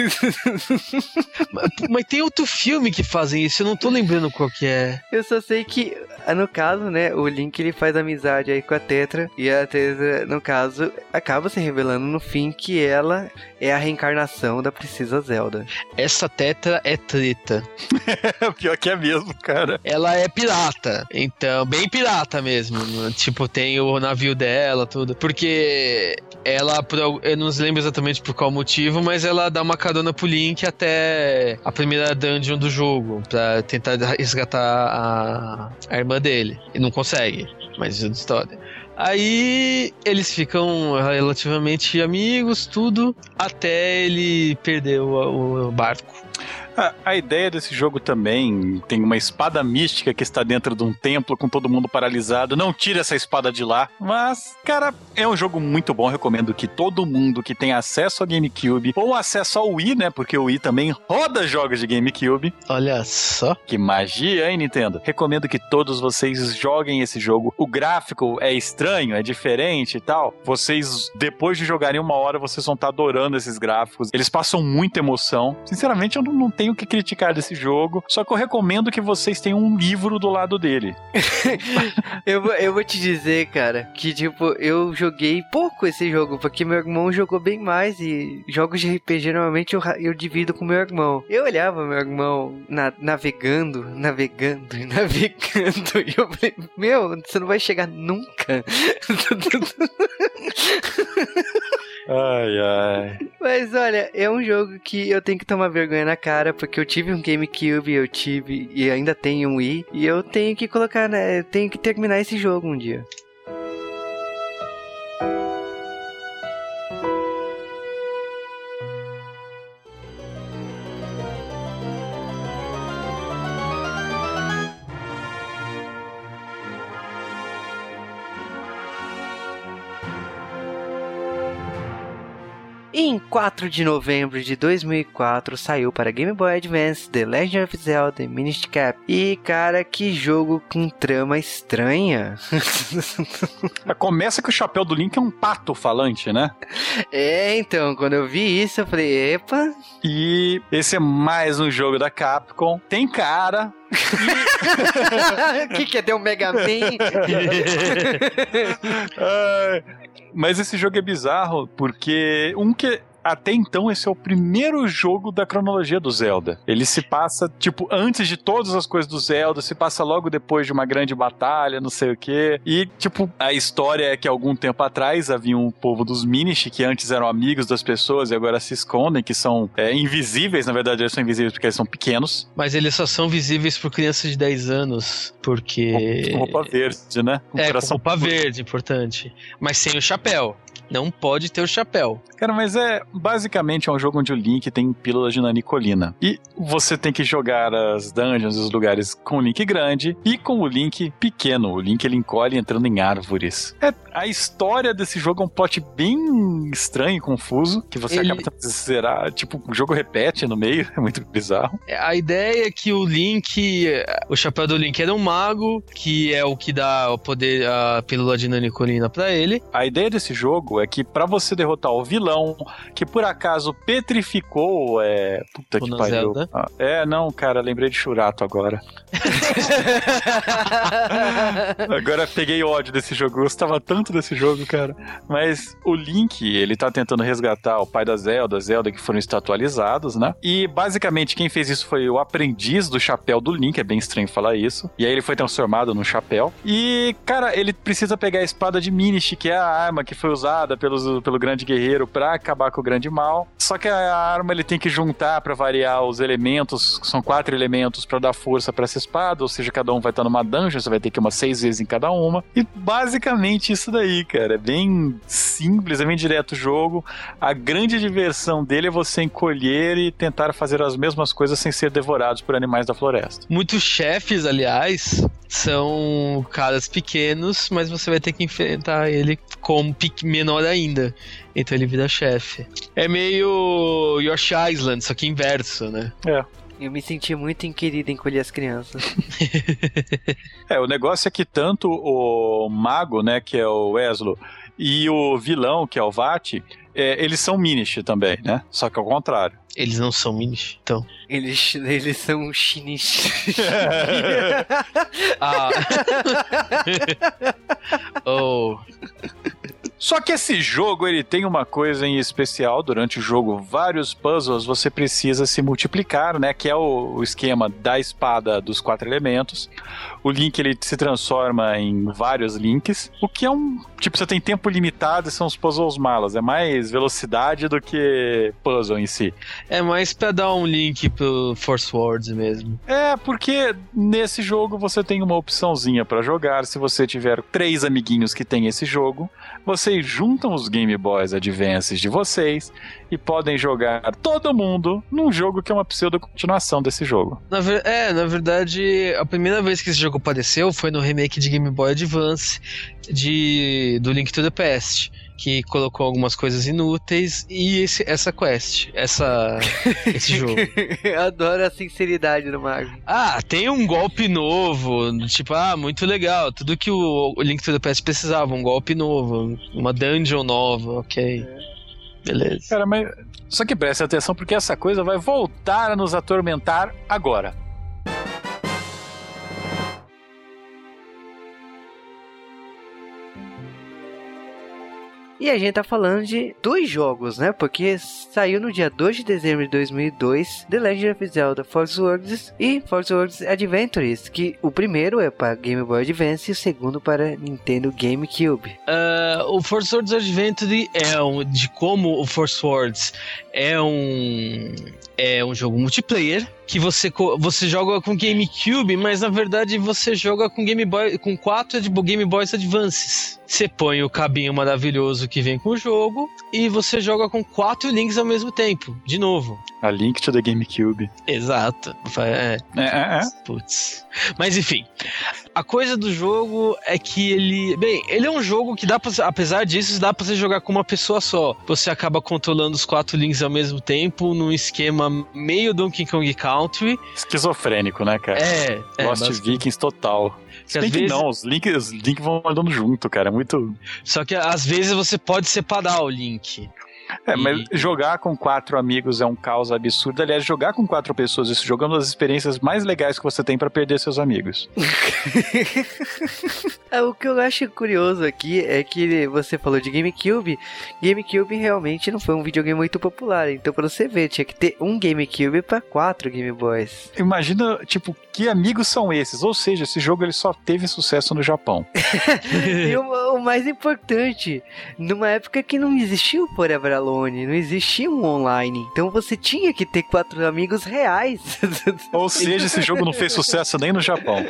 C: mas tem outro filme que fazem isso, eu não tô lembrando qual que é.
A: Eu só sei que, no caso, né, o Link ele faz amizade aí com a Tetra, e a Tetra, no caso, acaba se revelando no fim que ela é a reencarnação da Princesa Zelda.
C: Essa Tetra é treta.
B: Pior que é mesmo, cara.
C: Ela é pirata, então, bem pirata mesmo. Tipo, tem o navio dela, tudo. Porque ela, eu não lembro exatamente por qual motivo, mas ela dá uma carona pro Link até a primeira dungeon do jogo, pra tentar resgatar a irmã dele. E não consegue, mas isso é história. Aí eles ficam relativamente amigos, tudo, até ele perder o barco.
B: A ideia desse jogo também tem uma espada mística que está dentro de um templo com todo mundo paralisado. Não tira essa espada de lá. Mas, cara, é um jogo muito bom. Recomendo que todo mundo que tem acesso ao GameCube ou acesso ao Wii, né? Porque o Wii também roda jogos de GameCube.
C: Olha só.
B: Que magia, hein, Nintendo? Recomendo que todos vocês joguem esse jogo. O gráfico é estranho, é diferente e tal. Vocês, depois de jogarem 1 hora, vocês vão estar adorando esses gráficos. Eles passam muita emoção. Sinceramente, eu não tenho o que criticar desse jogo, só que eu recomendo que vocês tenham um livro do lado dele.
A: eu vou te dizer, cara, que tipo, eu joguei pouco esse jogo, porque meu irmão jogou bem mais, e jogos de RPG normalmente eu divido com meu irmão. Eu olhava meu irmão navegando, e eu falei, meu, você não vai chegar nunca.
B: Ai.
A: Mas olha, é um jogo que eu tenho que tomar vergonha na cara, porque eu tive um GameCube, e ainda tenho um Wii, e eu tenho que colocar, né, eu tenho que terminar esse jogo um dia. Em 4 de novembro de 2004, saiu para Game Boy Advance The Legend of Zelda Minish Cap. E, cara, que jogo com trama estranha.
B: Começa que o chapéu do Link é um pato falante, né?
A: Então, quando eu vi isso, eu falei, epa.
B: E esse é mais um jogo da Capcom. Tem cara...
A: que é ter um Mega Man?
B: Mas esse jogo é bizarro porque até então esse é o primeiro jogo da cronologia do Zelda. Ele se passa, tipo, antes de todas as coisas do Zelda, se passa logo depois de uma grande batalha, não sei o quê. E, tipo, a história é que algum tempo atrás havia um povo dos Minish, que antes eram amigos das pessoas e agora se escondem, que são invisíveis. Na verdade, eles são invisíveis porque eles são pequenos.
C: Mas eles só são visíveis por crianças de 10 anos, porque...
B: Com roupa verde, né?
C: Com roupa verde, importante. Mas sem o chapéu. Não pode ter o chapéu.
B: Cara, mas basicamente é um jogo onde o Link tem pílulas de nanicolina. E você tem que jogar as dungeons, os lugares com o Link grande e com o Link pequeno. O Link, ele encolhe entrando em árvores. A história desse jogo é um plot bem estranho e confuso, que você acaba tentando zerar, tipo, o jogo repete no meio, é muito bizarro.
C: A ideia é que o Link, o chapéu do Link era um mago, que é o que dá o poder, a pílula de nanicolina pra ele.
B: A ideia desse jogo é que pra você derrotar o vilão, que por acaso petrificou, puta que pariu. Não, cara, lembrei de Churato agora. Agora peguei ódio desse jogo, eu gostava tanto desse jogo, cara. Mas o Link, ele tá tentando resgatar o pai da Zelda, que foram estatualizados, né? E basicamente quem fez isso foi o aprendiz do chapéu do Link, é bem estranho falar isso. E aí ele foi transformado num chapéu. E, cara, ele precisa pegar a espada de Minish, que é a arma que foi usada pelo grande guerreiro pra acabar com o grande mal. Só que a arma ele tem que juntar pra variar os elementos, são 4 elementos pra dar força pra essa espada, ou seja, cada um vai estar numa dungeon, você vai ter que ir umas 6 vezes em cada uma. E basicamente isso daí, cara, é bem simples, é bem direto o jogo. A grande diversão dele é você encolher e tentar fazer as mesmas coisas sem ser devorados por animais da floresta.
C: Muitos chefes, aliás, são caras pequenos, mas você vai ter que enfrentar ele como menor ainda. Então ele vira chefe. É meio Yoshi Island, só que inverso, né?
A: Eu me senti muito inquirido em encolher as crianças.
B: O negócio é que tanto o mago, né, que é o Weslo, e o vilão, que é o Vati, eles são Minish também, né? Só que ao contrário.
C: Eles não são Minish, então.
A: Eles são Shinish.
B: Só que esse jogo, ele tem uma coisa em especial. Durante o jogo, vários puzzles você precisa se multiplicar, né? Que é o esquema da espada dos 4 elementos. O Link, ele se transforma em vários Links. O que é tipo, você tem tempo limitado e são os puzzles malas. É mais velocidade do que puzzle em si.
C: É mais pra dar um link pro Force Words mesmo.
B: Porque nesse jogo você tem uma opçãozinha pra jogar. Se você tiver 3 amiguinhos que tem esse jogo, vocês juntam os Game Boys Advances de vocês e podem jogar todo mundo num jogo que é uma pseudo-continuação desse jogo.
C: Na verdade, a primeira vez que esse jogo apareceu foi no remake de Game Boy Advance do Link to the Past, que colocou algumas coisas inúteis e essa quest, esse jogo.
A: Eu adoro a sinceridade do Mago.
C: Tem um golpe novo, tipo, muito legal, tudo que o Link to the Past precisava, um golpe novo, uma dungeon nova, ok. Beleza.
B: Cara, mas só que preste atenção porque essa coisa vai voltar a nos atormentar agora.
A: E a gente tá falando de 2 jogos, né? Porque saiu no dia 2 de dezembro de 2002 The Legend of Zelda Force Words e Force Words Adventures, que o primeiro é para Game Boy Advance e o segundo para Nintendo GameCube.
C: O Force Words Adventure de como o Force Words é um jogo multiplayer que você joga com GameCube, mas na verdade você joga com Game Boy, com 4 Game Boys Advances. Você põe o cabinho maravilhoso que vem com o jogo e você joga com 4 links ao mesmo tempo, de novo.
B: A Link to the GameCube.
C: Exato. Putz. Mas enfim, a coisa do jogo é que ele é um jogo que apesar disso, dá pra você jogar com uma pessoa só. Você acaba controlando os 4 links ao mesmo tempo, num esquema meio Donkey Kong Country.
B: Esquizofrênico, né, cara? Lost Vikings total. Se bem que não, os links vão andando junto, cara, é muito...
C: Só que às vezes você pode separar o link.
B: Mas jogar com 4 amigos é um caos absurdo. Aliás, jogar com 4 pessoas esse jogo é uma das experiências mais legais que você tem pra perder seus amigos.
A: O que eu acho curioso aqui é que você falou de GameCube. GameCube realmente não foi um videogame muito popular. Então, pra você ver, tinha que ter um GameCube pra 4 Game Boys.
B: Imagina, tipo, que amigos são esses? Ou seja, esse jogo ele só teve sucesso no Japão.
A: E o mais importante, numa época que não existia o Forever Alone, não existia um online, então você tinha que ter 4 amigos reais.
B: Ou seja, esse jogo não fez sucesso nem no Japão.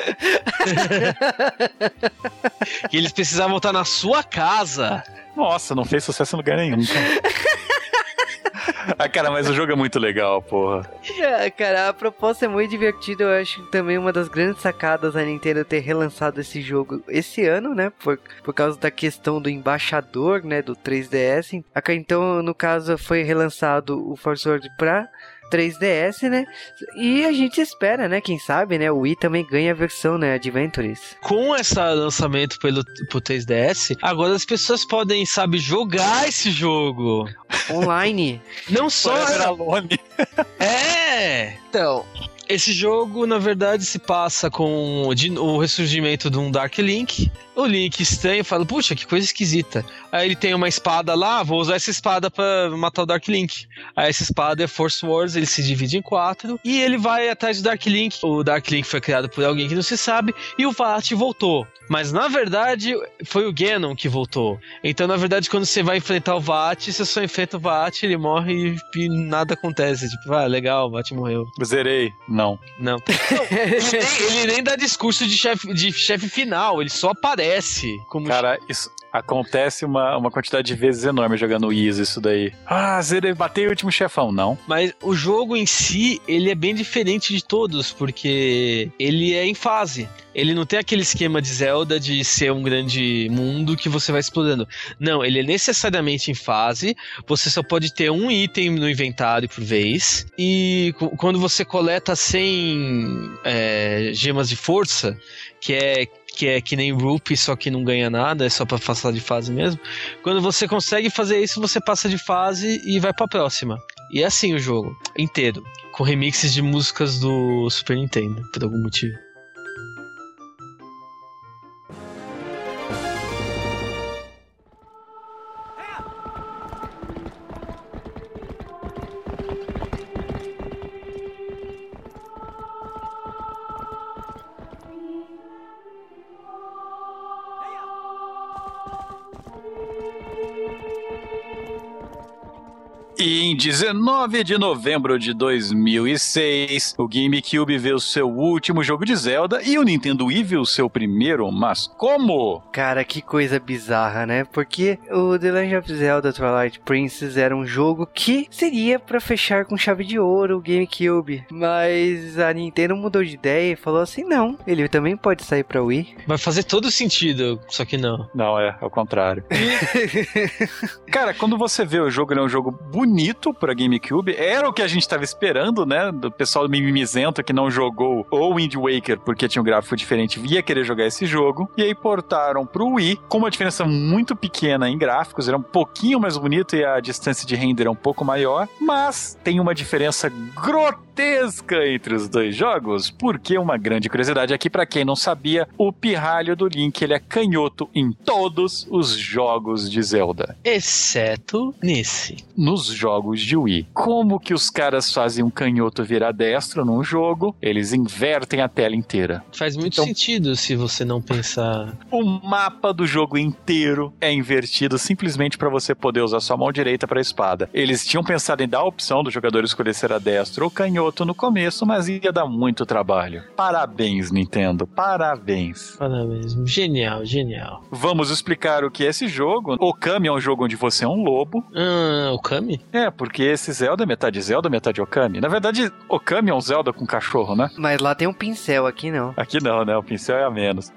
C: E eles precisavam estar na sua casa.
B: Nossa, não fez sucesso em lugar nenhum. Ah, cara, mas o jogo é muito legal, porra.
A: Cara, a proposta é muito divertida. Eu acho também uma das grandes sacadas da Nintendo ter relançado esse jogo esse ano, né? Por causa da questão do embaixador, né? Do 3DS. Então, no caso, foi relançado o Force Word pra 3DS, né? E a gente espera, né? Quem sabe, né? O Wii também ganha a versão, né? Adventures.
C: Com esse lançamento pro 3DS, agora as pessoas podem, sabe, jogar esse jogo.
A: Online.
C: Não só...
B: Alone.
C: Então... Esse jogo, na verdade, se passa com o ressurgimento de um Dark Link. O Link estranho fala, puxa, que coisa esquisita. Aí ele tem uma espada lá, vou usar essa espada pra matar o Dark Link. Aí essa espada é Force Wars, ele se divide em 4. E ele vai atrás do Dark Link. O Dark Link foi criado por alguém que não se sabe. E o Vat voltou. Mas, na verdade, foi o Ganon que voltou. Então, na verdade, quando você vai enfrentar o Vat, você só enfrenta o Vat, ele morre e nada acontece. Tipo, legal, o Vat morreu.
B: Zerei. Não.
C: Ele nem dá discurso de chefe final, ele só aparece como...
B: Cara, isso acontece uma quantidade de vezes enorme jogando o Easy, isso daí. Zerei, batei o último chefão, não.
C: Mas o jogo em si, ele é bem diferente de todos, porque ele é em fase. Ele não tem aquele esquema de Zelda de ser um grande mundo que você vai explorando. Não, ele é necessariamente em fase. Você só pode ter um item no inventário por vez. E quando você coleta 100 gemas de força, que é que nem Rupee, só que não ganha nada, é só pra passar de fase mesmo. Quando você consegue fazer isso, você passa de fase e vai pra próxima. E é assim o jogo, inteiro. Com remixes de músicas do Super Nintendo, por algum motivo.
B: E em 19 de novembro de 2006, o GameCube viu seu último jogo de Zelda e o Nintendo Wii viu seu primeiro, mas como?
A: Cara, que coisa bizarra, né? Porque o The Legend of Zelda Twilight Princess era um jogo que seria pra fechar com chave de ouro o GameCube, mas a Nintendo mudou de ideia e falou assim, não, ele também pode sair pra Wii.
C: Vai fazer todo sentido, só que não.
B: Não, é o contrário. Cara, quando você vê o jogo, ele é um jogo bonito pra GameCube, era o que a gente tava esperando, né, do pessoal mimimizento que não jogou o Wind Waker porque tinha um gráfico diferente, ia querer jogar esse jogo, e aí portaram pro Wii, com uma diferença muito pequena em gráficos, era um pouquinho mais bonito e a distância de render é um pouco maior, mas tem uma diferença grotesca entre os dois jogos, porque uma grande curiosidade aqui, pra quem não sabia, o pirralho do Link, ele é canhoto em todos os jogos de Zelda.
C: Exceto nesse.
B: Nos jogos de Wii. Como que os caras fazem um canhoto virar destro num jogo? Eles invertem a tela inteira.
C: Faz muito sentido se você não pensar...
B: O mapa do jogo inteiro é invertido simplesmente para você poder usar sua mão direita para a espada. Eles tinham pensado em dar a opção do jogador escolher ser a destro ou canhoto no começo, mas ia dar muito trabalho. Parabéns, Nintendo. Parabéns.
C: Parabéns. Genial, genial.
B: Vamos explicar o que é esse jogo. Okami é um jogo onde você é um lobo.
C: Okami?
B: É, porque esse Zelda é metade Okami. Na verdade, Okami é um Zelda com cachorro, né?
A: Mas lá tem um pincel, aqui não.
B: Aqui não, né? O pincel é a menos.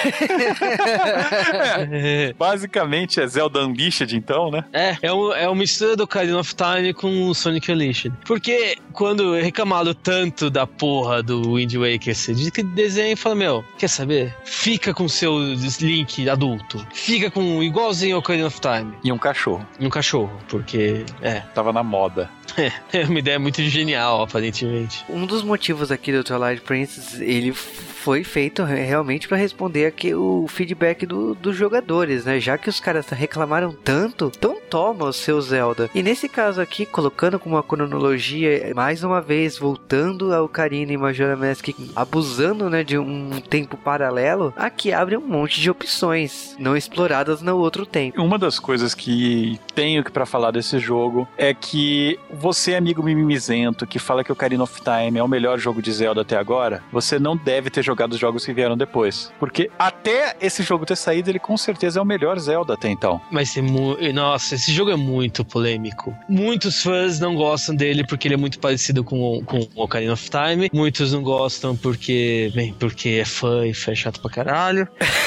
B: Basicamente é Zelda Unleashed, então, né?
C: É uma mistura do Ocarina of Time com o Sonic Unleashed. Porque quando reclamaram tanto da porra do Wind Waker, você diz que desenha e fala, quer saber? Fica com seu Link adulto. Fica com igualzinho ao Ocarina of Time.
B: E um cachorro.
C: Porque...
B: Tava na moda.
C: É uma ideia muito genial, aparentemente.
A: Um dos motivos aqui do Twilight Princess, ele foi feito realmente para responder aqui o feedback dos jogadores, né? Já que os caras reclamaram tanto, então toma o seu Zelda. E nesse caso aqui, colocando com uma cronologia, mais uma vez, voltando ao Ocarina e Majora's Mask, abusando, né, de um tempo paralelo, aqui abre um monte de opções não exploradas no outro tempo.
B: Uma das coisas que tenho para falar desse jogo jogo é que você, amigo mimimizento, que fala que o Ocarina of Time é o melhor jogo de Zelda até agora, você não deve ter jogado os jogos que vieram depois. Porque até esse jogo ter saído, ele com certeza é o melhor Zelda até então.
C: Mas nossa, esse jogo é muito polêmico. Muitos fãs não gostam dele porque ele é muito parecido com o Ocarina of Time. Muitos não gostam porque é fã e fã é chato pra caralho.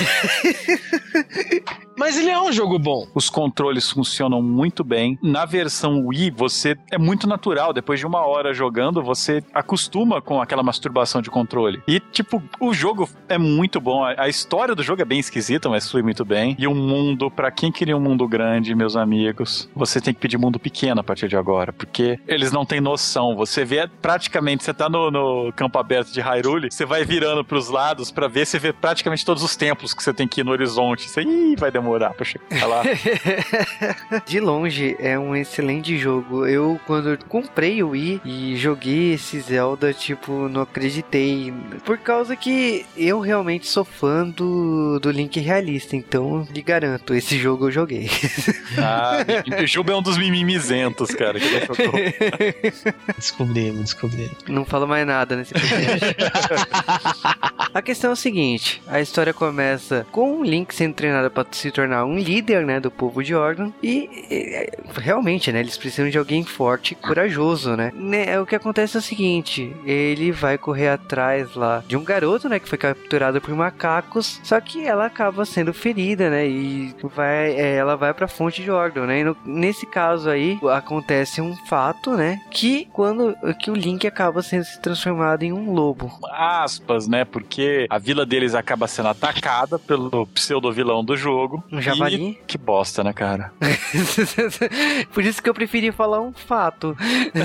C: Mas ele é um jogo bom.
B: Os controles funcionam muito bem. Na versão Wii, você é muito natural. Depois de 1 hora jogando, você acostuma com aquela masturbação de controle. E, tipo, o jogo é muito bom. A história do jogo é bem esquisita, mas flui muito bem. E o mundo, pra quem queria um mundo grande, meus amigos, você tem que pedir mundo pequeno a partir de agora, porque eles não têm noção. Você vê praticamente, você tá no campo aberto de Hyrule, você vai virando pros lados pra ver, você vê praticamente todos os templos que você tem que ir no horizonte. Você, vai demorar pra chegar lá.
A: De longe, é um excelente jogo. Eu, quando comprei o Wii e joguei esse Zelda, tipo, não acreditei. Por causa que eu realmente sou fã do Link realista, então, lhe garanto, esse jogo eu joguei.
B: O Juba é um dos mimimizentos, cara, que não jogou.
C: Descobrimos.
A: Não falo mais nada nesse podcast. A questão é o seguinte, a história começa com o Link sendo treinado para se tornar um líder, né, do povo de Ordon, e realmente, né, eles precisam de alguém forte e corajoso, né. O que acontece é o seguinte, ele vai correr atrás lá de um garoto, né, que foi capturado por macacos, só que ela acaba sendo ferida, né, e ela vai pra fonte de Ordon, né, e nesse caso aí, acontece um fato, né, que o Link acaba sendo se transformado em um lobo.
B: Aspas, né, porque a vila deles acaba sendo atacada pelo pseudo-vilão do jogo.
A: Um javali?
B: Que bosta, né, cara?
A: Por isso que eu preferi falar um fato.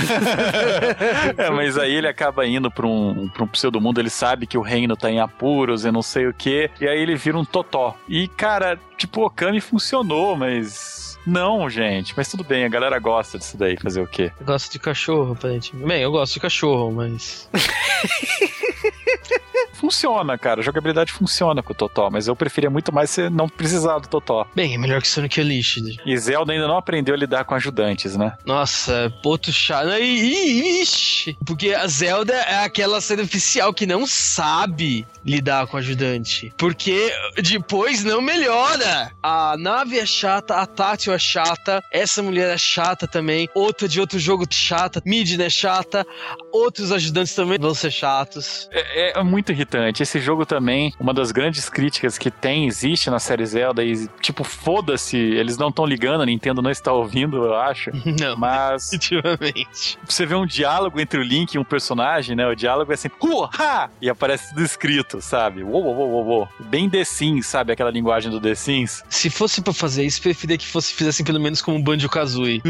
B: Mas aí ele acaba indo pra um pseudo-mundo, ele sabe que o reino tá em apuros e não sei o quê, e aí ele vira um totó. E, cara, tipo, o Okami funcionou, mas... Não, gente, mas tudo bem, a galera gosta disso daí, fazer o quê?
C: Eu gosto de cachorro, aparentemente. Bem, eu gosto de cachorro, mas...
B: Funciona, cara, a jogabilidade funciona com o Totó, mas eu preferia muito mais você não precisar do Totó.
C: Bem, é melhor que Sonic Unleashed.
B: E Zelda ainda não aprendeu a lidar com ajudantes, né?
C: Nossa, outro chato. Ixi! Porque a Zelda é aquela série oficial que não sabe lidar com ajudante. Porque depois não melhora. A Navi é chata, a Tátil é chata, essa mulher é chata também, outra de outro jogo chata, Midna é chata, outros ajudantes também vão ser chatos.
B: É muito irritante. Esse jogo também, uma das grandes críticas que existe na série Zelda, e tipo, foda-se, eles não estão ligando, a Nintendo não está ouvindo, eu acho.
C: Não,
B: mas
C: definitivamente.
B: Você vê um diálogo entre o Link e um personagem, né? O diálogo é assim, ha! E aparece tudo escrito, sabe? Uou. Bem The Sims, sabe? Aquela linguagem do The Sims.
C: Se fosse pra fazer isso, preferia que fizessem pelo menos como um Banjo-Kazooie.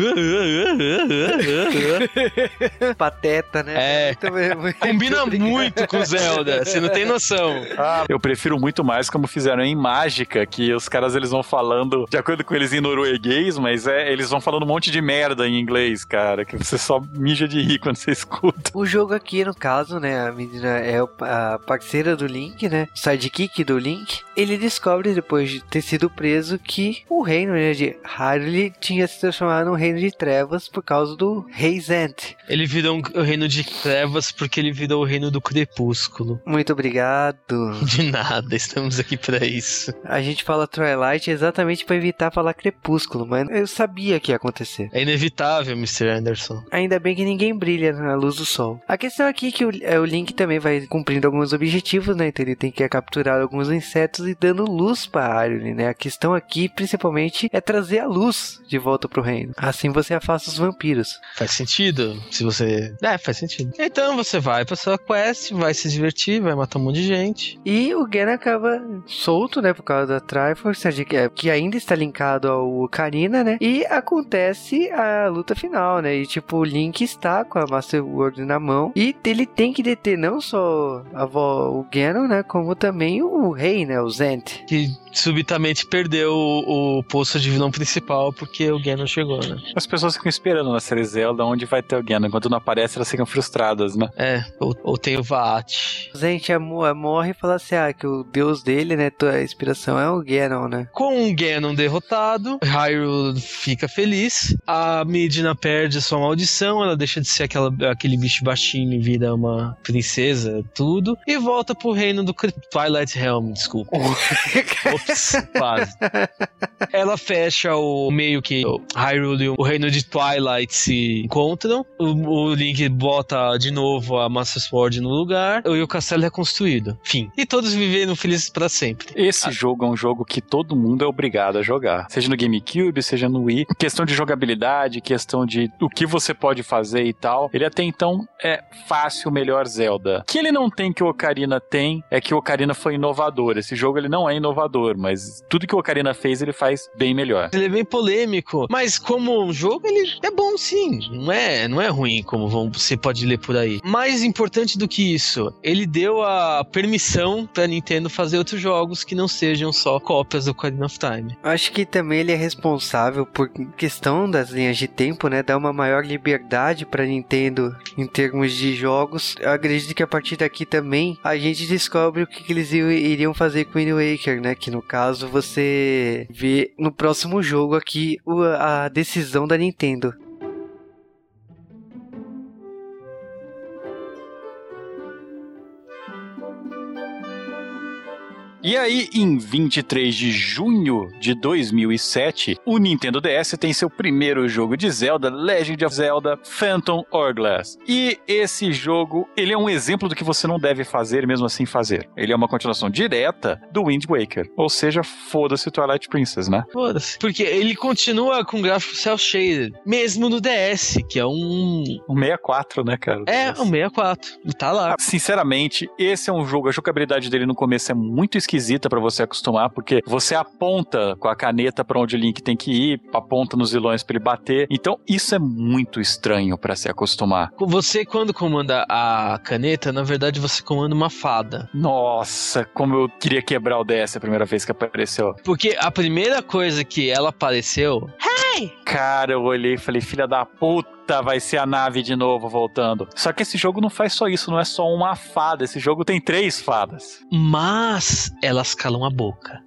A: Pateta, né?
C: Combina muito com Zelda, você não tem noção.
B: Eu prefiro muito mais como fizeram em Mágica, que os caras eles vão falando, de acordo com eles em norueguês, mas eles vão falando um monte de merda em inglês, cara, que você só mija de rir quando você escuta.
A: O jogo aqui, no caso, né, a menina é a parceira do Link, né, o sidekick do Link. Ele descobre, depois de ter sido preso, que o reino, né, de Hyrule tinha se transformado num reino de trevas por causa do Rei Zant.
C: Ele virou o reino de trevas porque ele virou o reino do crepúsculo.
A: Muito obrigado.
C: De nada, estamos aqui pra isso.
A: A gente fala Twilight exatamente pra evitar falar crepúsculo, mas eu sabia que ia acontecer.
C: É inevitável, Mr. Anderson.
A: Ainda bem que ninguém brilha na luz do sol. A questão aqui é que o Link também vai cumprindo alguns objetivos, né? Então ele tem que capturar alguns insetos e dando luz pra Hyrule, né? A questão aqui, principalmente, é trazer a luz de volta pro reino. Assim você afasta os vampiros.
C: Faz sentido. Se você... faz sentido. Então você vai pra sua quest, vai se divertir, vai matar um monte de gente.
A: E o Ganon acaba solto, né? Por causa da Triforce, que ainda está linkado ao Ocarina, né? E acontece a luta final, né? E tipo, o Link está com a Master Sword na mão e ele tem que deter não só o Ganon, né? Como também o rei, né? O Zant.
C: Que subitamente perdeu o posto de vilão principal porque o Ganon chegou, né?
B: As pessoas ficam esperando na série Zelda onde vai ter o Ganon. Enquanto não aparece, elas ficam frustradas, né?
C: Ou tem o Vaat.
A: Zant Light morre e fala assim, que o deus dele, né, a inspiração é o Ganon, né?
C: Com o Ganon derrotado, Hyrule fica feliz, a Midna perde a sua maldição, ela deixa de ser aquele bicho baixinho e vira uma princesa, tudo, e volta pro reino do Twilight Realm, desculpa. Ops, quase. Ela fecha o meio que o Hyrule e o reino de Twilight se encontram, o Link bota de novo a Master Sword no lugar e o castelo é reconstruído. Fim. E todos viveram felizes pra sempre.
B: Esse jogo é um jogo que todo mundo é obrigado a jogar. Seja no GameCube, seja no Wii. Questão de jogabilidade, questão de o que você pode fazer e tal. Ele até então é fácil, melhor Zelda. O que ele não tem que o Ocarina tem é que o Ocarina foi inovador. Esse jogo ele não é inovador, mas tudo que o Ocarina fez, ele faz bem melhor.
C: Ele é bem polêmico, mas como um jogo, ele é bom sim. Não é ruim, como você pode ler por aí. Mais importante do que isso, ele deu a permissão pra Nintendo fazer outros jogos que não sejam só cópias do Ocarina of Time.
A: Acho que também ele é responsável por questão das linhas de tempo, né? Dar uma maior liberdade pra Nintendo em termos de jogos. Eu acredito que a partir daqui também a gente descobre o que eles iriam fazer com o Wind Waker, né? Que no caso você vê no próximo jogo aqui a decisão da Nintendo.
B: E aí, em 23 de junho de 2007, o Nintendo DS tem seu primeiro jogo de Zelda, Legend of Zelda Phantom Hourglass. E esse jogo, ele é um exemplo do que você não deve fazer, mesmo assim fazer. Ele é uma continuação direta do Wind Waker. Ou seja, foda-se Twilight Princess, né?
C: Foda-se. Porque ele continua com gráfico cel shaded, mesmo no DS, que é um
B: 64, né, cara?
C: É, um 64. E tá lá.
B: Sinceramente, esse é um jogo, a jogabilidade dele no começo é muito esquisita pra você acostumar, porque você aponta com a caneta pra onde o Link tem que ir, aponta nos vilões pra ele bater. Então, isso é muito estranho pra se acostumar.
C: Você, quando comanda a caneta, na verdade, você comanda uma fada.
B: Nossa, como eu queria quebrar o DS a primeira vez que apareceu.
C: Porque a primeira coisa que ela apareceu... Hey!
B: Cara, eu olhei e falei, filha da puta, vai ser a nave de novo voltando. Só que esse jogo não faz só isso, não é só uma fada. Esse jogo tem 3 fadas.
C: Mas elas calam a boca.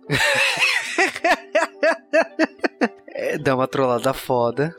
A: Dá uma trollada foda.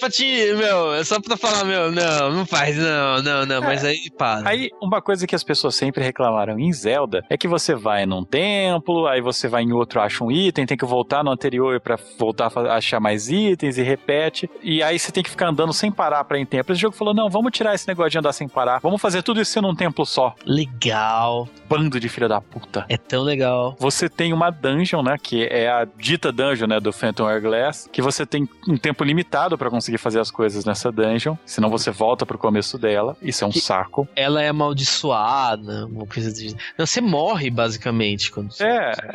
C: É só pra falar, não faz, não, mas aí para.
B: Aí, uma coisa que as pessoas sempre reclamaram em Zelda é que você vai num templo, aí você vai em outro, acha um item, tem que voltar no anterior pra voltar a achar mais itens e repete, e aí você tem que ficar andando sem parar pra ir em templo. Esse jogo falou, não, vamos tirar esse negócio de andar sem parar, vamos fazer tudo isso num templo só.
C: Legal.
B: Bando de filha da puta.
C: É tão legal.
B: Você tem uma dungeon, né, que é a dita dungeon, né, do Phantom Hourglass, que você tem um tempo limitado pra conseguir fazer as coisas nessa dungeon, senão você volta pro começo dela, isso é um saco.
C: Ela é amaldiçoada, uma coisa assim. Não, você morre, basicamente. Quando você...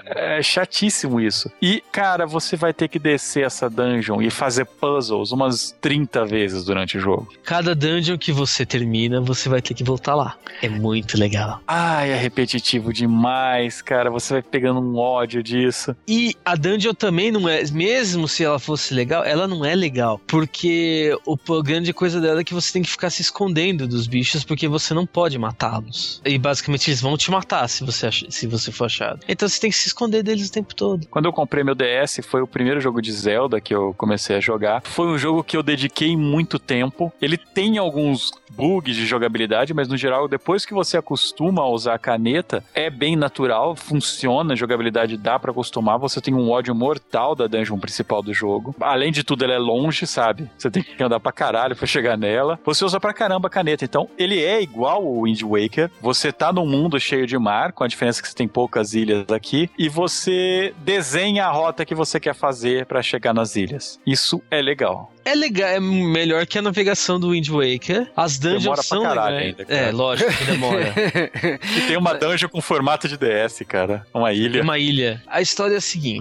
B: É chatíssimo isso. E, cara, você vai ter que descer essa dungeon e fazer puzzles umas 30 vezes durante o jogo.
C: Cada dungeon que você termina, você vai ter que voltar lá. É muito legal.
B: Ai, é repetitivo demais, cara, você vai pegando um ódio disso.
C: E a dungeon também não é, mesmo se ela fosse legal, ela não é legal, porque a grande coisa dela é que você tem que ficar se escondendo dos bichos, porque você não pode matá-los. E basicamente eles vão te matar se você for achado. Então você tem que se esconder deles o tempo todo.
B: Quando eu comprei meu DS, foi o primeiro jogo de Zelda que eu comecei a jogar. Foi um jogo que eu dediquei muito tempo. Ele tem alguns bugs de jogabilidade, mas no geral, depois que você acostuma a usar a caneta, é bem natural, funciona, a jogabilidade dá pra acostumar, você tem um ódio mortal da dungeon principal do jogo. Além de tudo, ela é longe, sabe? Você tem que andar pra caralho pra chegar nela. Você usa pra caramba a caneta, então ele é igual ao Wind Waker. Você tá num mundo cheio de mar, com a diferença que você tem poucas ilhas aqui, e você desenha a rota que você quer fazer pra chegar nas ilhas. Isso é legal.
C: É legal, é melhor que a navegação do Wind Waker. As dungeons
B: demora
C: são
B: pra caralho
C: legais.
B: ainda, cara.
C: É, lógico que demora.
B: E tem uma dungeon com formato de DS, cara. Uma ilha.
C: Uma ilha. A história é a seguinte.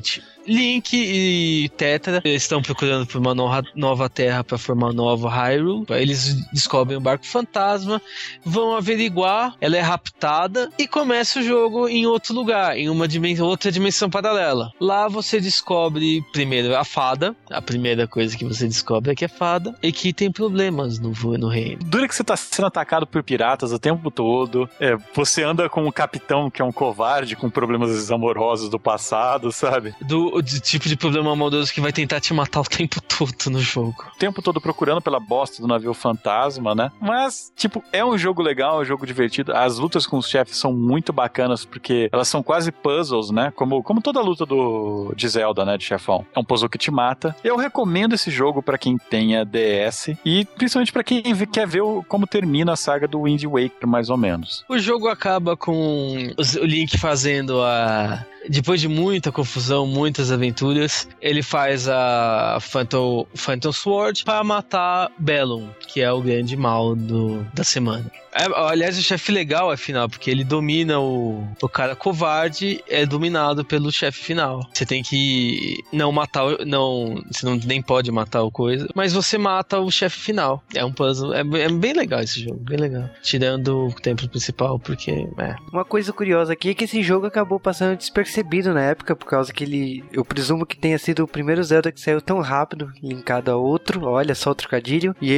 C: Link e Tetra estão procurando por uma nova terra para formar um novo Hyrule. Eles descobrem o barco fantasma, vão averiguar, ela é raptada e começa o jogo em outro lugar, em uma outra dimensão paralela. Lá você descobre primeiro a fada, a primeira coisa que você descobre é que é fada e que tem problemas no reino.
B: Dura que você tá sendo atacado por piratas o tempo todo, você anda com um capitão que é um covarde com problemas amorosos do passado, sabe?
C: Do tipo de problema amoroso que vai tentar te matar o tempo todo no jogo.
B: O tempo todo procurando pela bosta do navio fantasma, né? Mas, tipo, é um jogo legal, é um jogo divertido. As lutas com os chefes são muito bacanas, porque elas são quase puzzles, né? Como toda luta de Zelda, né? De chefão. É um puzzle que te mata. Eu recomendo esse jogo pra quem tenha DS e principalmente pra quem quer ver como termina a saga do Wind Waker, mais ou menos.
C: O jogo acaba com o Link fazendo depois de muita confusão, muitas aventuras, ele faz a Phantom Sword para matar Bellum, que é o grande mal da semana. Aliás, o chefe legal, afinal, porque ele domina o cara covarde, é dominado pelo chefe final. Você tem que não matar, você não nem pode matar o coisa, mas você mata o chefe final. É um puzzle, é bem legal esse jogo, bem legal. Tirando o templo principal, porque
A: Uma coisa curiosa aqui é que esse jogo acabou passando despercebido na época, por causa que eu presumo que tenha sido o primeiro Zelda que saiu tão rápido, linkado a outro, olha só o trocadilho, e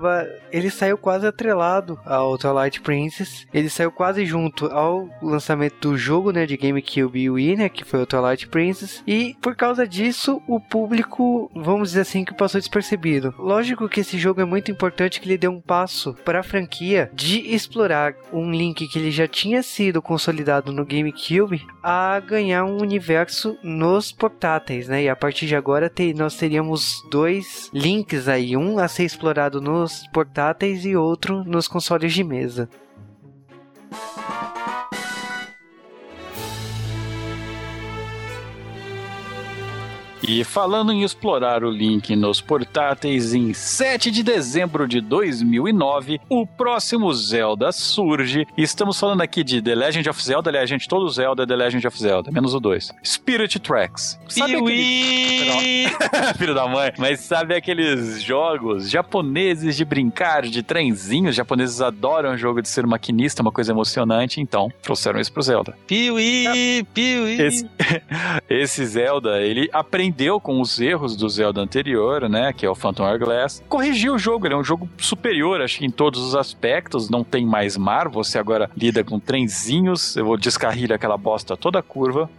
A: ele saiu quase atrelado ao Twilight Princess, ele saiu quase junto ao lançamento do jogo, né, de GameCube e Wii, né, que foi o Twilight Princess, e por causa disso, o público, vamos dizer assim, que passou despercebido. Lógico que esse jogo é muito importante, que ele deu um passo para a franquia de explorar um Link que ele já tinha sido consolidado no GameCube, a ganhar um universo nos portáteis, né, e a partir de agora nós teríamos 2 Links aí, um a ser explorado nos portáteis e outro nos consoles de mesa.
B: E falando em explorar o Link nos portáteis, em 7 de dezembro de 2009, o próximo Zelda surge. E estamos falando aqui de The Legend of Zelda, aliás, gente, todo Zelda é The Legend of Zelda, menos o 2. Spirit Tracks. Sabe aquele... Filho da mãe. Mas sabe aqueles jogos japoneses de brincar, de trenzinhos? Os japoneses adoram o jogo de ser maquinista, uma coisa emocionante, então trouxeram isso pro Zelda.
C: Piuí!
B: Esse Zelda, ele aprendeu com os erros do Zelda anterior, né, que é o Phantom Hourglass, corrigiu o jogo, ele é um jogo superior, acho que em todos os aspectos, não tem mais mar, você agora lida com trenzinhos, eu vou descarrilhar aquela bosta toda curva.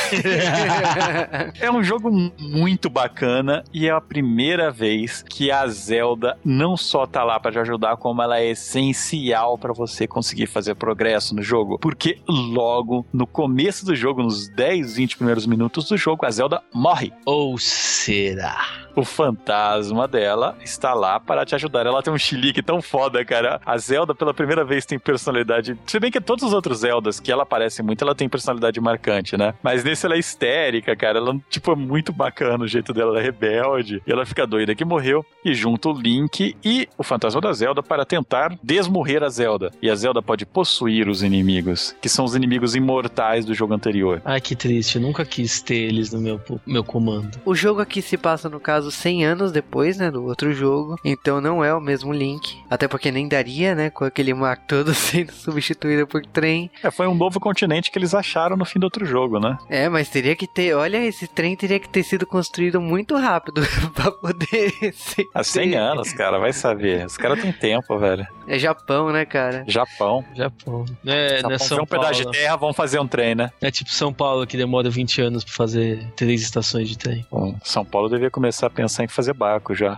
B: É um jogo muito bacana e é a primeira vez que a Zelda não só tá lá pra te ajudar, como ela é essencial pra você conseguir fazer progresso no jogo, porque logo no começo do jogo, nos 10, 20 primeiros minutos do jogo, a Zelda morre.
C: Ou será?
B: O fantasma dela está lá para te ajudar. Ela tem um chilique tão foda, cara. A Zelda, pela primeira vez, tem personalidade. Se bem que todos os outros Zeldas, que ela aparece muito, ela tem personalidade marcante, né? Mas nesse ela é histérica, cara. Ela, tipo, é muito bacana o jeito dela. Ela é rebelde. E ela fica doida que morreu. E junta o Link e o fantasma da Zelda para tentar desmorrer a Zelda. E a Zelda pode possuir os inimigos, que são os inimigos imortais do jogo anterior.
C: Ai, que triste. Eu nunca quis ter eles no meu comando.
A: O jogo aqui se passa, no caso, 100 anos depois, né, do outro jogo. Então não é o mesmo Link. Até porque nem daria, né, com aquele mar todo sendo substituído por trem.
B: Foi um novo continente que eles acharam no fim do outro jogo, né?
A: Mas teria que ter... Olha, esse trem teria que ter sido construído muito rápido pra poder ser...
B: Há 100 anos, cara, vai saber. Os caras têm tempo, velho.
A: É Japão, né, cara?
B: Japão.
C: Não é São Paulo.
B: Um pedaço de terra, vamos fazer um trem, né?
C: É tipo São Paulo, que demora 20 anos pra fazer 3 estações de trem.
B: Bom, São Paulo devia começar a pensar em fazer barco já.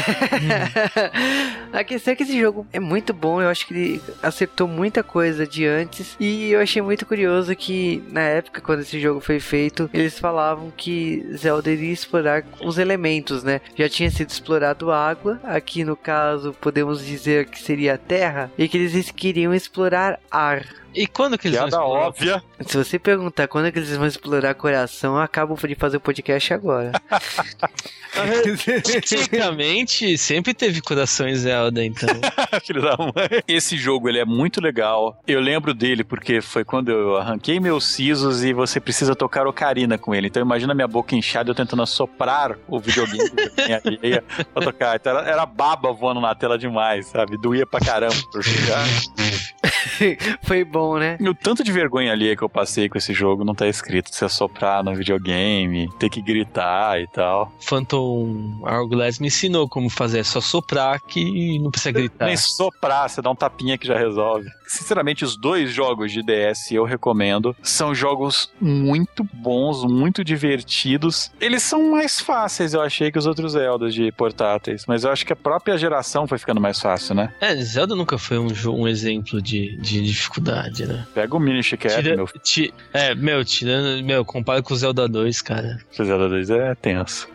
A: A questão é que esse jogo é muito bom. Eu acho que ele acertou muita coisa de antes. E eu achei muito curioso que na época, quando esse jogo foi feito, eles falavam que Zelda iria explorar os elementos, né? Já tinha sido explorado água. Aqui no caso podemos dizer que seria a terra. E que eles queriam explorar ar.
C: E quando que eles vão explorar?
B: Óbvia.
A: Se você perguntar quando é que eles vão explorar coração, eu acabo de fazer o podcast agora.
C: Tecnicamente, sempre teve corações Zelda, então.
B: Filho da mãe. Esse jogo, ele é muito legal. Eu lembro dele porque foi quando eu arranquei meus sisos e você precisa tocar ocarina com ele. Então imagina minha boca inchada eu tentando assoprar o videogame minha alheia pra tocar. Então era baba voando na tela demais, sabe? Doía pra caramba por jogar.
A: Foi bom, né?
B: E o tanto de vergonha alheia que eu passei com esse jogo não tá escrito. Se assoprar no videogame, ter que gritar e tal.
C: Phantom Hourglass me ensinou como fazer. É só soprar que não precisa gritar.
B: Nem soprar, você dá um tapinha que já resolve. Sinceramente, os 2 jogos de DS eu recomendo. São jogos muito bons, muito divertidos. Eles são mais fáceis, eu achei, que os outros Zeldas de portáteis. Mas eu acho que a própria geração foi ficando mais fácil, né?
C: Zelda nunca foi um exemplo de dificuldade, né?
B: Pega o Minish Cap,
C: compara com o Zelda 2, cara.
B: O Zelda 2 é tenso.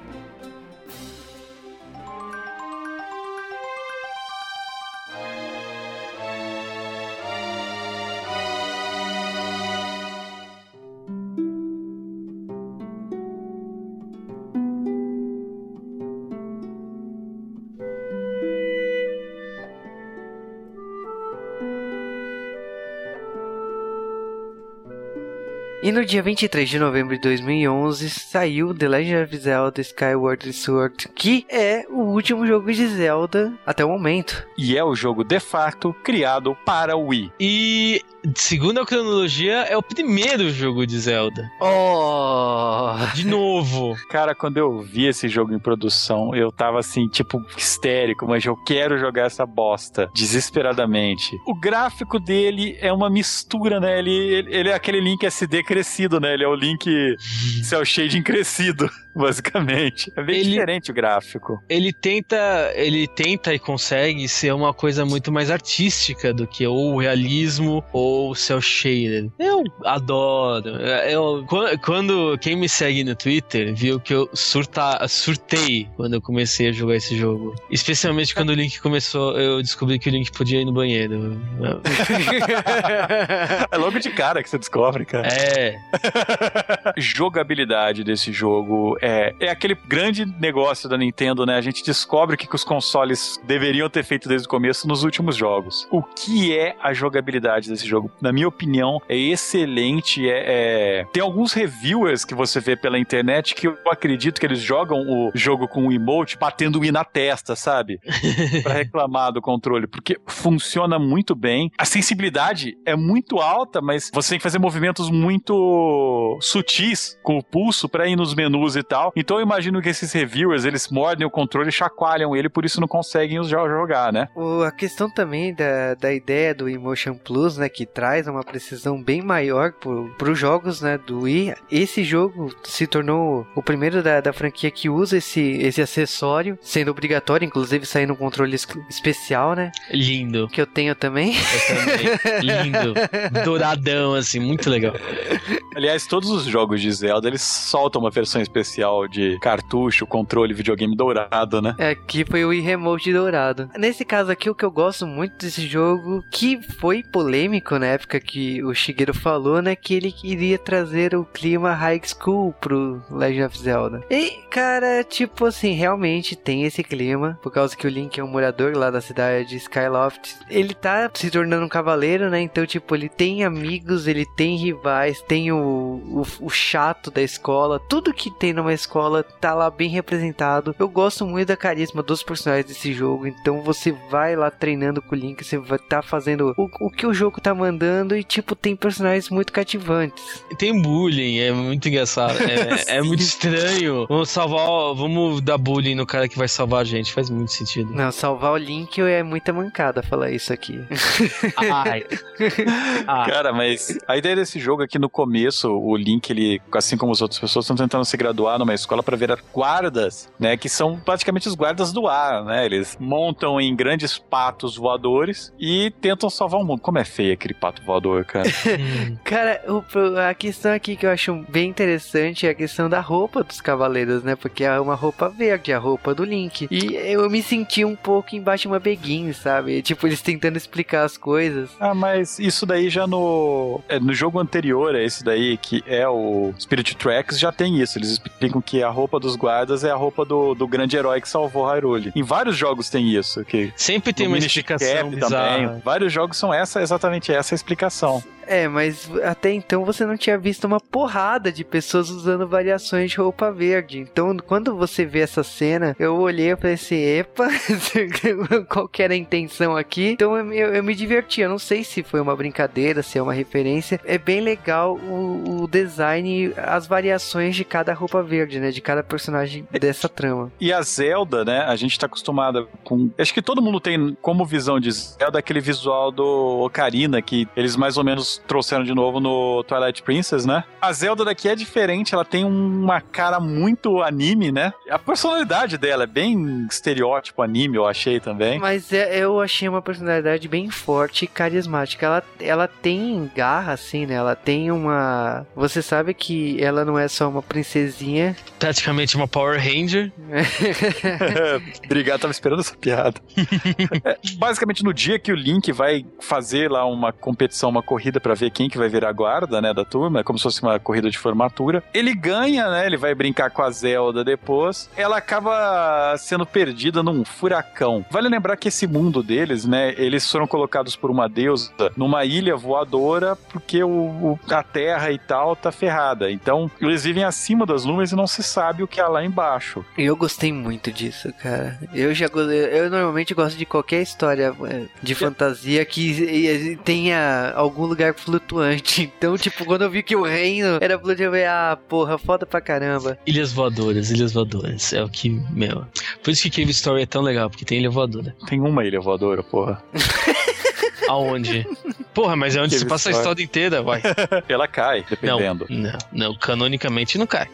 A: E no dia 23 de novembro de 2011 saiu The Legend of Zelda Skyward Sword, que é o último jogo de Zelda até o momento.
B: E é o jogo de fato criado para o Wii.
C: E, segundo a cronologia, é o primeiro jogo de Zelda.
A: Oh!
C: De novo.
B: Cara, quando eu vi esse jogo em produção, eu tava assim, tipo, histérico, mas eu quero jogar essa bosta, desesperadamente. O gráfico dele é uma mistura, né? Ele é aquele Link SD crescido, né? Ele é o Link Cell Shading crescido, basicamente. É bem diferente o gráfico.
C: Ele tenta e consegue ser uma coisa muito mais artística do que ou o realismo ou o cel shaded. Eu adoro. Quando quem me segue no Twitter viu que eu surtei quando eu comecei a jogar esse jogo. Especialmente quando o Link começou, eu descobri que o Link podia ir no banheiro.
B: É logo de cara que você descobre, cara. Jogabilidade desse jogo é aquele grande negócio da Nintendo, né? A gente descobre o que os consoles deveriam ter feito desde o começo nos últimos jogos. O que é a jogabilidade desse jogo? Na minha opinião, é excelente. Tem alguns reviewers que você vê pela internet que eu acredito que eles jogam o jogo com o emote batendo o i na testa, sabe? Pra reclamar do controle, porque funciona muito bem. A sensibilidade é muito alta, mas você tem que fazer movimentos muito sutis com o pulso pra ir nos menus e tal. Então eu imagino que esses reviewers, eles mordem o controle e chacoalham ele, por isso não conseguem jogar, né?
A: A questão também da ideia do Emotion Plus, né, que traz uma precisão bem maior pros jogos, né, do Wii. Esse jogo se tornou o primeiro da franquia que usa esse acessório, sendo obrigatório, inclusive saindo um controle especial, né?
C: Lindo.
A: Que eu tenho também.
C: Eu também. Lindo. Douradão, assim, muito legal.
B: Aliás, todos os jogos de Zelda, eles soltam uma versão especial de cartucho, controle, videogame dourado, né?
A: Aqui foi o Wii Remote dourado. Nesse caso aqui, o que eu gosto muito desse jogo, que foi polêmico na época que o Shigeru falou, né, que ele iria trazer o clima high school pro Legend of Zelda. E, cara, tipo assim, realmente tem esse clima, por causa que o Link é um morador lá da cidade de Skyloft. Ele tá se tornando um cavaleiro, né, então, tipo, ele tem amigos, ele tem rivais, tem o chato da escola, tudo que tem numa escola tá lá bem representado. Eu gosto muito da carisma dos personagens desse jogo, então você vai lá treinando com o Link, você vai estar fazendo o que o jogo tá mandando e, tipo, tem personagens muito cativantes.
C: Tem bullying, é muito engraçado, é muito estranho. Vamos dar bullying no cara que vai salvar a gente, faz muito sentido.
A: Não, salvar o Link é muita mancada falar isso aqui.
C: Ai.
B: Cara, mas a ideia desse jogo é que no começo o Link, ele, assim como as outras pessoas, estão tentando se graduar numa escola para virar guardas, né, que são praticamente os guardas do ar, né, eles montam em grandes patos voadores e tentam salvar o mundo. Como é feio aquele pato voador, cara.
A: Cara, a questão aqui que eu acho bem interessante é a questão da roupa dos cavaleiros, né, porque é uma roupa verde, a roupa do Link, e eu me senti um pouco em Batman Begins, sabe, tipo, eles tentando explicar as coisas.
B: Mas isso daí já no jogo anterior a esse daí, aí, que é o Spirit Tracks, já tem isso. Eles explicam que a roupa dos guardas é a roupa do grande herói que salvou Hyrule. Em vários jogos tem isso. Que
C: sempre tem uma explicação bizarra.
B: Também. Vários jogos são exatamente essa a explicação.
A: Mas até então você não tinha visto uma porrada de pessoas usando variações de roupa verde. Então, quando você vê essa cena, eu olhei e falei assim, epa, qual que era a intenção aqui? Então eu me diverti. Eu não sei se foi uma brincadeira, se é uma referência. É bem legal o design, as variações de cada roupa verde, né? De cada personagem dessa trama.
B: E a Zelda, né? A gente tá acostumada com... Acho que todo mundo tem como visão de Zelda aquele visual do Ocarina, que eles mais ou menos trouxeram de novo no Twilight Princess, né? A Zelda daqui é diferente, ela tem uma cara muito anime, né? A personalidade dela é bem estereótipo anime, eu achei também.
A: Mas eu achei uma personalidade bem forte e carismática. Ela tem garra, assim, né? Ela tem uma... Você sabe que ela não é só uma princesinha.
C: Praticamente uma Power Ranger.
B: Obrigado, tava esperando essa piada. Basicamente, no dia que o Link vai fazer lá uma competição, uma corrida pra ver quem que vai virar a guarda, né, da turma, é como se fosse uma corrida de formatura. Ele ganha, né, ele vai brincar com a Zelda depois. Ela acaba sendo perdida num furacão. Vale lembrar que esse mundo deles, né, eles foram colocados por uma deusa numa ilha voadora porque a terra e tal tá ferrada. Então, eles vivem acima das nuvens e não se sabe o que há lá embaixo.
A: Eu gostei muito disso, cara. Eu normalmente gosto de qualquer história de fantasia que tenha algum lugar flutuante. Então, tipo, quando eu vi que o reino era flutuante, eu falei, porra, foda pra caramba.
C: Ilhas voadoras. É o que, meu... Por isso que Cave Story é tão legal, porque tem ilha voadora.
B: Tem uma ilha voadora, porra.
C: Aonde? Porra, mas é onde se passa a história inteira, vai.
B: Ela cai, dependendo.
C: Não, canonicamente não cai.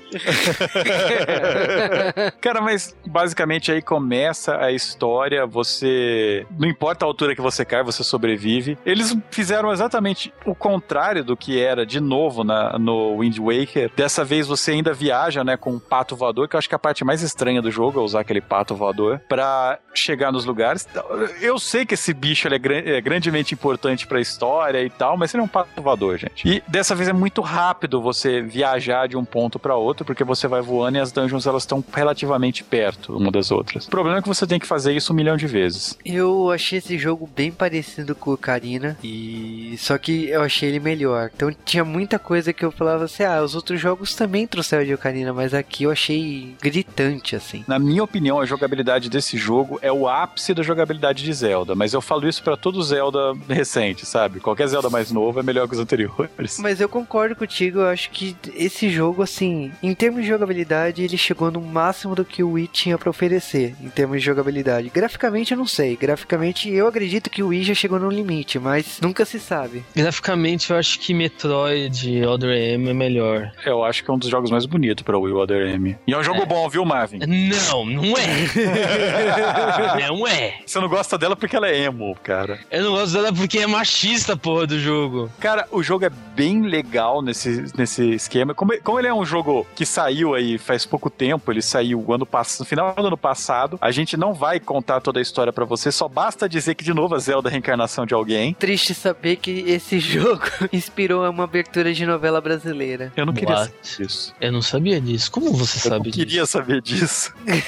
B: Cara, mas basicamente aí começa a história, você... Não importa a altura que você cai, você sobrevive. Eles fizeram exatamente o contrário do que era, de novo, no Wind Waker. Dessa vez você ainda viaja, né, com um pato voador, que eu acho que a parte mais estranha do jogo é usar aquele pato voador pra chegar nos lugares. Eu sei que esse bicho ele é grandemente importante pra história e tal, mas ele é um pato voador, gente. E dessa vez é muito rápido você viajar de um ponto pra outro, porque você vai voando e as dungeons elas estão relativamente perto uma das outras. O problema é que você tem que fazer isso 1 milhão de vezes.
A: Eu achei esse jogo bem parecido com o Ocarina, só que eu achei ele melhor. Então tinha muita coisa que eu falava assim, os outros jogos também trouxeram de Ocarina, mas aqui eu achei gritante, assim.
B: Na minha opinião, a jogabilidade desse jogo é o ápice da jogabilidade de Zelda, mas eu falo isso pra todo Zelda recente, sabe? Qualquer Zelda mais novo é melhor que os anteriores.
A: Mas eu concordo contigo, eu acho que esse jogo, assim, em termos de jogabilidade, ele chegou no máximo do que o Wii tinha pra oferecer, em termos de jogabilidade. Graficamente eu não sei, graficamente eu acredito que o Wii já chegou no limite, mas nunca se sabe.
C: Graficamente eu acho que Metroid Other M é melhor.
B: Eu acho que é um dos jogos mais bonitos pra Wii, Other M. E é um jogo bom, viu, Marvin?
C: Não é. Não é.
B: Você não gosta dela porque ela é emo, cara.
C: Eu não gosto dela porque é machista, porra, do jogo.
B: Cara, o jogo é bem legal nesse esquema. Como ele é um jogo que saiu aí faz pouco tempo, ele saiu no final do ano passado, a gente não vai contar toda a história pra você, só basta dizer que, de novo, a Zelda é a reencarnação de alguém.
A: Triste saber que esse jogo inspirou uma abertura de novela brasileira.
B: Eu não queria saber disso.
C: Eu não sabia disso. Como você sabe disso?
B: Eu queria saber disso.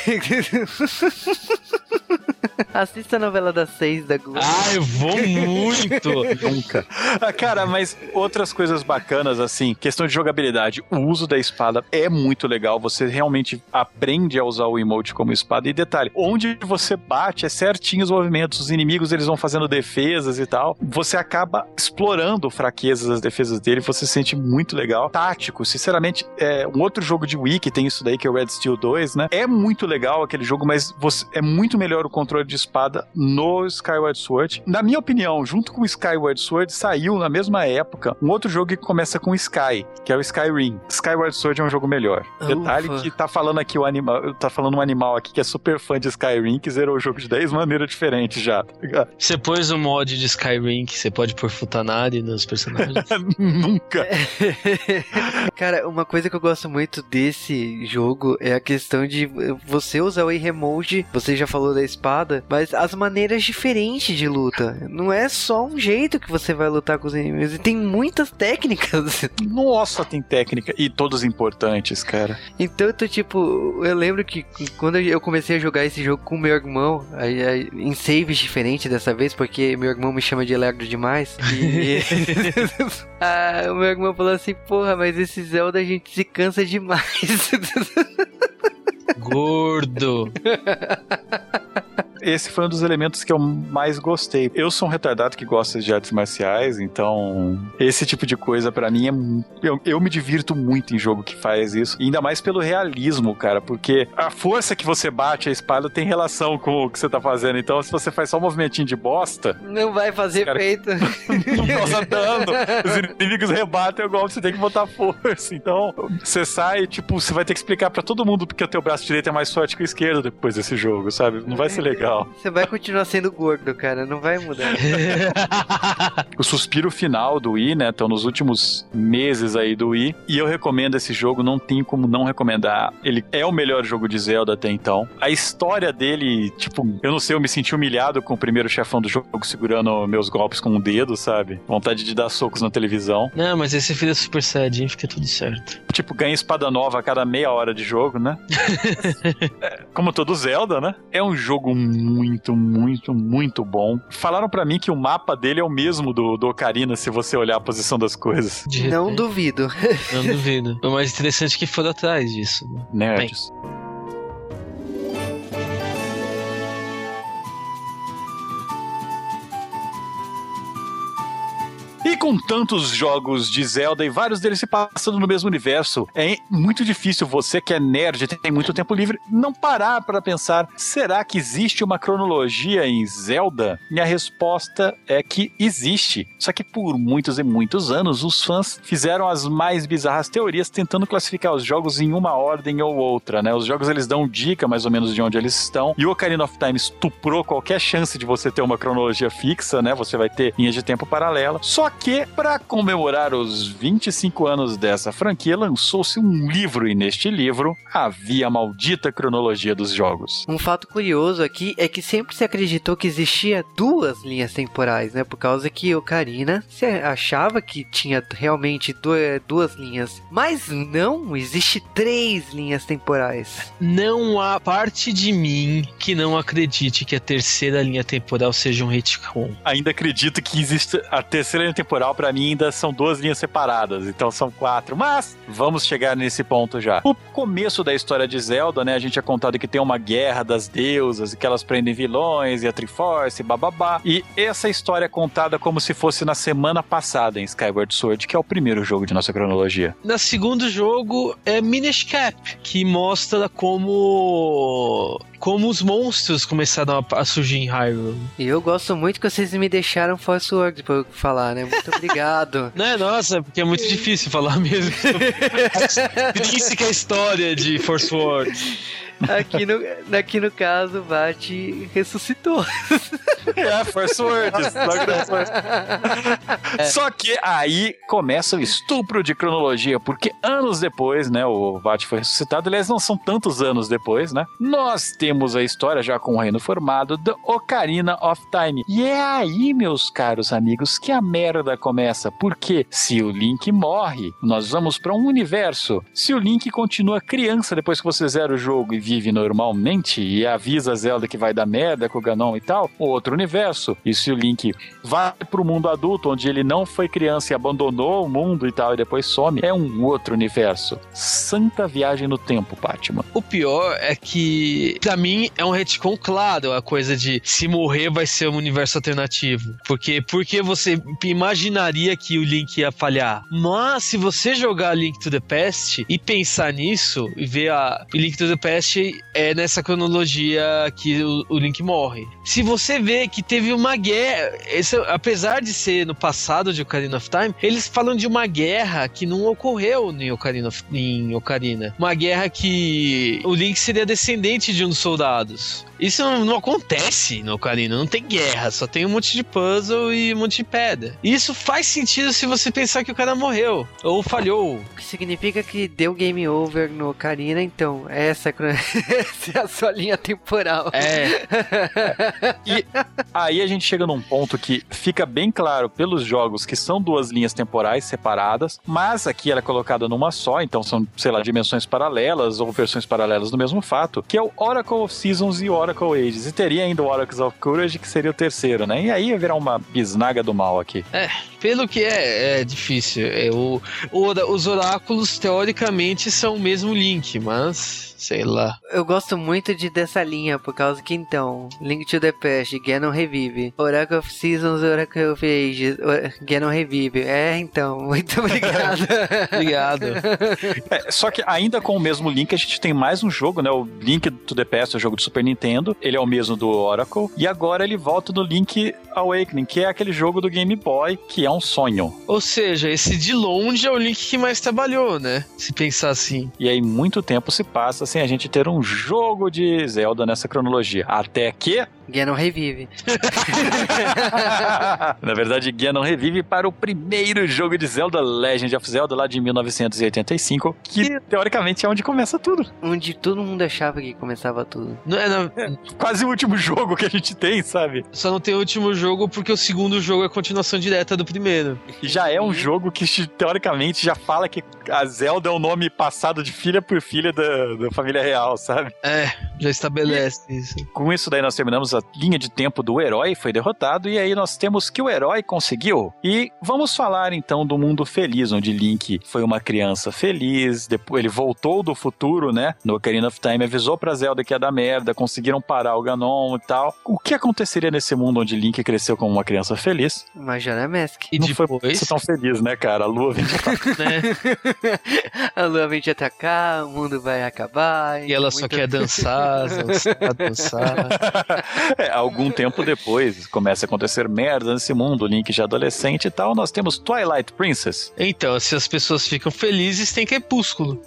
A: Assista a novela das 6 da Globo.
C: Eu vou muito!
B: Nunca. Cara, mas outras coisas bacanas, assim, questão de jogabilidade, o uso da espada é muito legal, você realmente aprende a usar o emote como espada, e detalhe, onde você bate é certinho os movimentos, os inimigos eles vão fazendo defesas e tal, você acaba explorando fraquezas das defesas dele, você se sente muito legal, tático, sinceramente, um outro jogo de Wii que tem isso daí, que é o Red Steel 2, né, é muito legal aquele jogo, mas é muito melhor o controle de espada no Skyward Sword. Na minha opinião, junto com o Skyward Sword, saiu na mesma época um outro jogo que começa com Sky, que é o Skyrim. Skyward Sword é um jogo melhor. Detalhe que tá falando aqui um animal aqui que é super fã de Skyrim, que zerou o jogo de 10 maneiras diferentes já, tá ligado?
C: Você pôs um mod de Skyrim que você pode pôr Futanari nos personagens?
B: Nunca.
A: Cara, uma coisa que eu gosto muito desse jogo é a questão de você usar o Remote, você já falou da espada, mas as maneiras diferentes de luta. Não é só um jeito que você vai lutar com os inimigos, e tem muitas técnicas.
B: Nossa, tem técnica, e todas importantes, cara.
A: Então, eu lembro que quando eu comecei a jogar esse jogo com meu irmão, aí, em saves diferentes dessa vez, porque meu irmão me chama de lerdo demais, e o meu irmão falou assim, porra, mas esse Zelda a gente se cansa demais.
C: Gordo.
B: Esse foi um dos elementos que eu mais gostei. Eu sou um retardado que gosta de artes marciais, então esse tipo de coisa pra mim eu me divirto muito em jogo que faz isso, e ainda mais pelo realismo, cara, porque a força que você bate a espada tem relação com o que você tá fazendo, então se você faz só um movimentinho de bosta,
A: não vai fazer efeito.
B: Não causa dano, os inimigos rebatem o golpe, você tem que botar força, então você sai, você vai ter que explicar pra todo mundo porque o teu braço direito é mais forte que o esquerdo depois desse jogo, sabe? Não vai ser legal.
A: Você vai continuar sendo gordo, cara, não vai mudar.
B: O suspiro final do Wii, né? Estão nos últimos meses aí do Wii, e eu recomendo esse jogo, não tenho como não recomendar. Ele é o melhor jogo de Zelda até então. A história dele, eu não sei, eu me senti humilhado com o primeiro chefão do jogo segurando meus golpes com um dedo, sabe? Vontade de dar socos na televisão.
C: Não, mas esse filho é Super Saiyajin, fica tudo certo.
B: Ganha espada nova a cada meia hora de jogo, né? Como todo Zelda, né? É um jogo muito, muito, muito bom. Falaram pra mim que o mapa dele é o mesmo do Ocarina, se você olhar a posição das coisas.
A: Não duvido.
C: Não duvido. O mais interessante é que foram atrás disso.
B: Nerds. E com tantos jogos de Zelda e vários deles se passando no mesmo universo, é muito difícil você que é nerd e tem muito tempo livre não parar para pensar, será que existe uma cronologia em Zelda? Minha resposta é que existe. Só que por muitos e muitos anos os fãs fizeram as mais bizarras teorias tentando classificar os jogos em uma ordem ou outra, né? Os jogos eles dão dica mais ou menos de onde eles estão, e o Ocarina of Time estuprou qualquer chance de você ter uma cronologia fixa, né? Você vai ter linhas de tempo paralela. Só que, para comemorar os 25 anos dessa franquia, lançou-se um livro, e neste livro havia a maldita cronologia dos jogos.
A: Um fato curioso aqui é que sempre se acreditou que existia duas linhas temporais, né? Por causa que Ocarina se achava que tinha realmente duas linhas. Mas não, existe 3 linhas temporais.
C: Não há parte de mim que não acredite que a terceira linha temporal seja um retcon.
B: Ainda acredito que existe a terceira linha temporal, pra mim ainda são 2 linhas separadas, então são 4, mas vamos chegar nesse ponto já. O começo da história de Zelda, né, a gente é contado que tem uma guerra das deusas e que elas prendem vilões e a Triforce, bababá, e essa história é contada como se fosse na semana passada em Skyward Sword, que é o primeiro jogo de nossa cronologia.
C: No segundo jogo é Minish Cap, que mostra como os monstros começaram a surgir em Hyrule.
A: E eu gosto muito que vocês me deixaram Force Word pra eu falar, né? Muito obrigado.
C: Não, nossa, porque é muito difícil falar mesmo. Intrínseca a história de Force Word.
A: Aqui no caso, o Bate ressuscitou.
B: Force Words. Só que aí começa o estupro de cronologia, porque anos depois, né, o Vat foi ressuscitado, aliás, não são tantos anos depois, né, nós temos a história já com o reino formado do Ocarina of Time. E é aí, meus caros amigos, que a merda começa, porque se o Link morre, nós vamos para um universo. Se o Link continua criança depois que você zera o jogo e vive normalmente e avisa a Zelda que vai dar merda com o Ganon e tal, outro universo. E se o Link vai pro mundo adulto, onde ele não foi criança e abandonou o mundo e tal, e depois some, é um outro universo. Santa viagem no tempo, Batman.
C: O pior é que, pra mim, é um retcon claro, a coisa de se morrer vai ser um universo alternativo. Porque você imaginaria que o Link ia falhar. Mas se você jogar Link to the Past e pensar nisso, e ver Link to the Past é nessa cronologia que o Link morre. Se você vê que teve uma guerra, apesar de ser no passado de Ocarina of Time, eles falam de uma guerra que não ocorreu em Ocarina. Uma guerra que o Link seria descendente de uns soldados. Isso não acontece no Ocarina, não tem guerra, só tem um monte de puzzle e um monte de pedra. Isso faz sentido se você pensar que o cara morreu, ou falhou.
A: O que significa que deu game over no Ocarina, então, essa Essa é a sua linha temporal.
B: E aí a gente chega num ponto que fica bem claro pelos jogos que são duas linhas temporais separadas, mas aqui ela é colocada numa só, então são, sei lá, dimensões paralelas ou versões paralelas do mesmo fato, que é o Oracle of Seasons e Oracle Ages. E teria ainda o Oracles of Courage, que seria o terceiro, né? E aí ia virar uma bisnaga do mal aqui.
C: Pelo que é difícil. Os oráculos, teoricamente, são o mesmo Link, mas... sei lá.
A: Eu gosto muito dessa linha, por causa que, então, Link to the Past, Ganon revive. Oracle of Seasons, Oracle of Ages, Ganon revive. Então, muito obrigado.
C: Obrigado.
B: Só que ainda com o mesmo Link, a gente tem mais um jogo, né? O Link to the Past é o jogo do Super Nintendo. Ele é o mesmo do Oracle. E agora ele volta no Link Awakening, que é aquele jogo do Game Boy, que é um sonho.
C: Ou seja, esse de longe é o Link que mais trabalhou, né? Se pensar assim.
B: E aí muito tempo se passa sem a gente ter um jogo de Zelda nessa cronologia. Até que...
A: Ganon revive.
B: Na verdade, Ganon revive para o primeiro jogo de Zelda, Legend of Zelda, lá de 1985, que teoricamente é onde começa tudo.
A: Onde todo mundo achava que começava tudo.
C: Não
B: quase o último jogo que a gente tem, sabe?
C: Só não tem o último jogo porque o segundo jogo é a continuação direta do primeiro.
B: E já é um jogo que teoricamente já fala que a Zelda é o nome passado de filha por filha da família real, sabe?
C: Já estabelece isso.
B: Com isso daí nós terminamos a linha de tempo do herói, foi derrotado, e aí nós temos que o herói conseguiu. E vamos falar então do mundo feliz, onde Link foi uma criança feliz, depois ele voltou do futuro, né? No Ocarina of Time, avisou pra Zelda que ia dar merda, conseguiram parar o Ganon e tal. O que aconteceria nesse mundo onde Link cresceu como uma criança feliz?
A: Majora Mask.
C: E
B: não
C: depois...
B: foi tão feliz, né, cara? A lua vem de atacar.
C: né?
A: A lua vem de atacar, o mundo vai acabar.
C: E ela só quer dançar.
B: Algum tempo depois começa a acontecer merda nesse mundo, o Link já adolescente e tal, nós temos Twilight Princess.
C: Então, se as pessoas ficam felizes, tem Crepúsculo.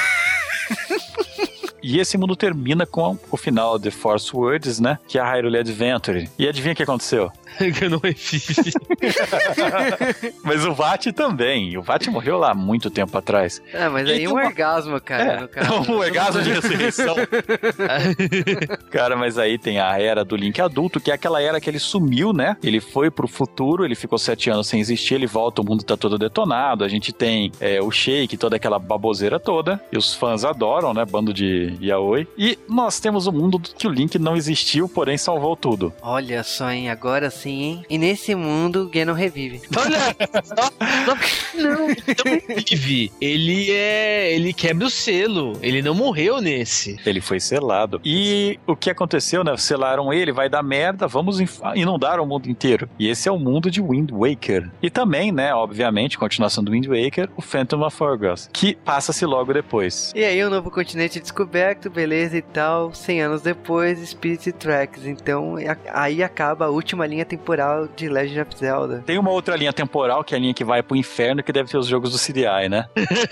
B: E esse mundo termina com o final de Force Words, né? Que é a Hyrule Adventure. E adivinha o que aconteceu?
C: Ganon revive.
B: Mas o Vat também. O Vat morreu lá há muito tempo atrás.
A: Mas aí um orgasmo, cara. No caso.
B: Um orgasmo de ressurreição. Cara, mas aí tem a era do Link adulto, que é aquela era que ele sumiu, né? Ele foi pro futuro, ele ficou 7 anos sem existir, ele volta, o mundo tá todo detonado. A gente tem o Shake, toda aquela baboseira toda. E os fãs adoram, né? Bando de yaoi. E nós temos o mundo que o Link não existiu, porém salvou tudo.
A: Olha só, hein? Agora sim, hein? E nesse mundo, Ganon revive.
C: Olha! Não revive. Ele quebra o selo. Ele não morreu nesse.
B: Ele foi selado. E o que aconteceu, né? Selaram ele, vai dar merda, vamos inundar o mundo inteiro. E esse é o mundo de Wind Waker. E também, né? Obviamente, continuação do Wind Waker, o Phantom of Hourglass, que passa-se logo depois.
A: E aí, o novo continente descoberto, beleza e tal. 100 anos depois, Spirit Tracks. Então, aí acaba a última linha temporal de Legend of Zelda.
B: Tem uma outra linha temporal, que é a linha que vai pro inferno, que deve ter os jogos do CDI, né?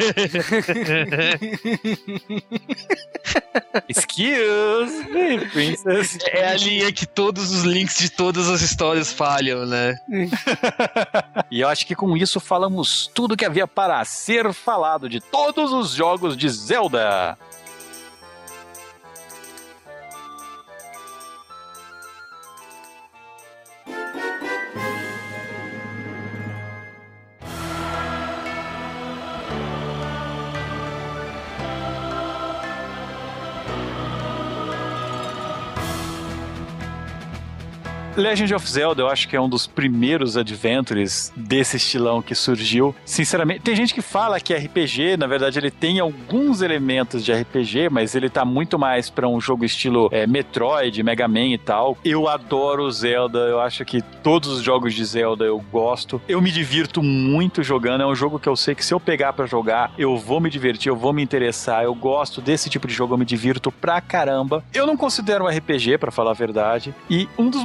B: Excuse me, princess.
C: É a linha que todos os links de todas as histórias falham, né?
B: E eu acho que com isso falamos tudo que havia para ser falado de todos os jogos de Zelda. Legend of Zelda, eu acho que é um dos primeiros adventures desse estilão que surgiu. Sinceramente, tem gente que fala que RPG, na verdade, ele tem alguns elementos de RPG, mas ele tá muito mais pra um jogo estilo Metroid, Mega Man e tal. Eu adoro Zelda, eu acho que todos os jogos de Zelda eu gosto. Eu me divirto muito jogando, é um jogo que eu sei que se eu pegar pra jogar, eu vou me divertir, eu vou me interessar, eu gosto desse tipo de jogo, eu me divirto pra caramba. Eu não considero um RPG, pra falar a verdade, e um dos motivos que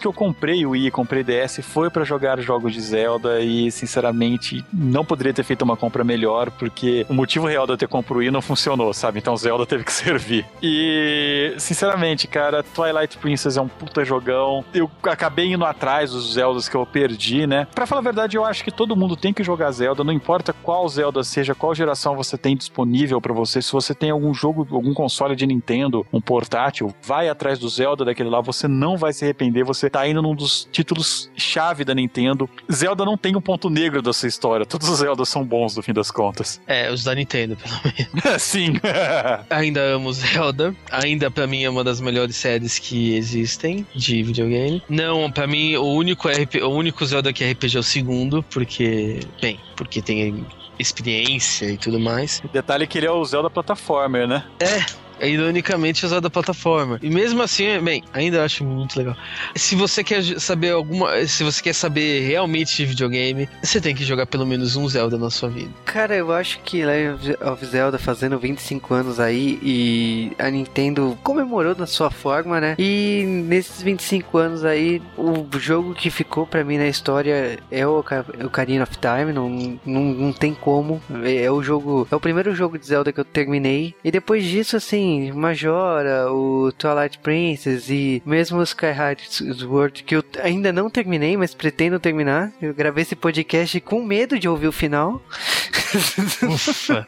B: eu comprei o Wii, comprei DS, foi pra jogar jogos de Zelda e, sinceramente, não poderia ter feito uma compra melhor, porque o motivo real de eu ter comprado o Wii não funcionou, sabe? Então Zelda teve que servir. E, sinceramente, cara, Twilight Princess é um puta jogão. Eu acabei indo atrás dos Zeldas que eu perdi, né? Pra falar a verdade, eu acho que todo mundo tem que jogar Zelda, não importa qual Zelda seja, qual geração você tem disponível pra você. Se você tem algum jogo, algum console de Nintendo, um portátil, vai atrás do Zelda daquele lá, você não vai se arrepender, você tá indo num dos títulos-chave da Nintendo. Zelda não tem um ponto negro da sua história, todos os Zeldas são bons no fim das contas.
C: Os da Nintendo, pelo menos.
B: Sim.
C: Ainda amo Zelda, ainda pra mim é uma das melhores séries que existem de videogame. Não, pra mim o único Zelda que é RPG é o segundo, porque tem experiência e tudo mais.
B: O detalhe é que ele é o Zelda plataformer, né?
C: Ironicamente usado da plataforma. E mesmo assim, ainda acho muito legal. Se você quer saber realmente de videogame, você tem que jogar pelo menos um Zelda na sua vida.
A: Cara, eu acho que Legend of Zelda fazendo 25 anos aí e a Nintendo comemorou da sua forma, né? E nesses 25 anos aí, o jogo que ficou pra mim na história é o Ocarina of Time, não tem como. É o primeiro jogo de Zelda que eu terminei. E depois disso, assim, Majora, o Twilight Princess e mesmo o Skyward Sword, que eu ainda não terminei, mas pretendo terminar. Eu gravei esse podcast com medo de ouvir o final.
C: Ufa!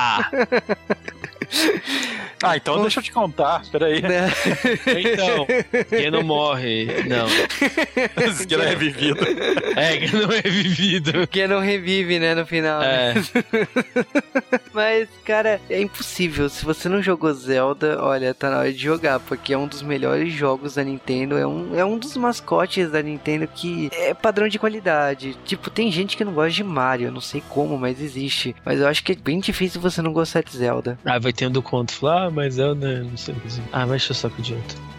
B: Então deixa eu te contar, peraí.
C: Então, quem não morre, não.
B: Quem não é revivido.
C: Quem não é revivido.
A: Quem não revive, né, no final. Mas, cara, é impossível. Se você não jogou Zelda, olha, tá na hora de jogar, porque é um dos melhores jogos da Nintendo, é um dos mascotes da Nintendo que é padrão de qualidade. Tipo, tem gente que não gosta de Mario, eu não sei como, mas existe. Mas eu acho que é bem difícil você não gostar de Zelda.
C: Vai tendo conto. Mas Zelda, não sei o que dizer. Vai encher o saco de outro.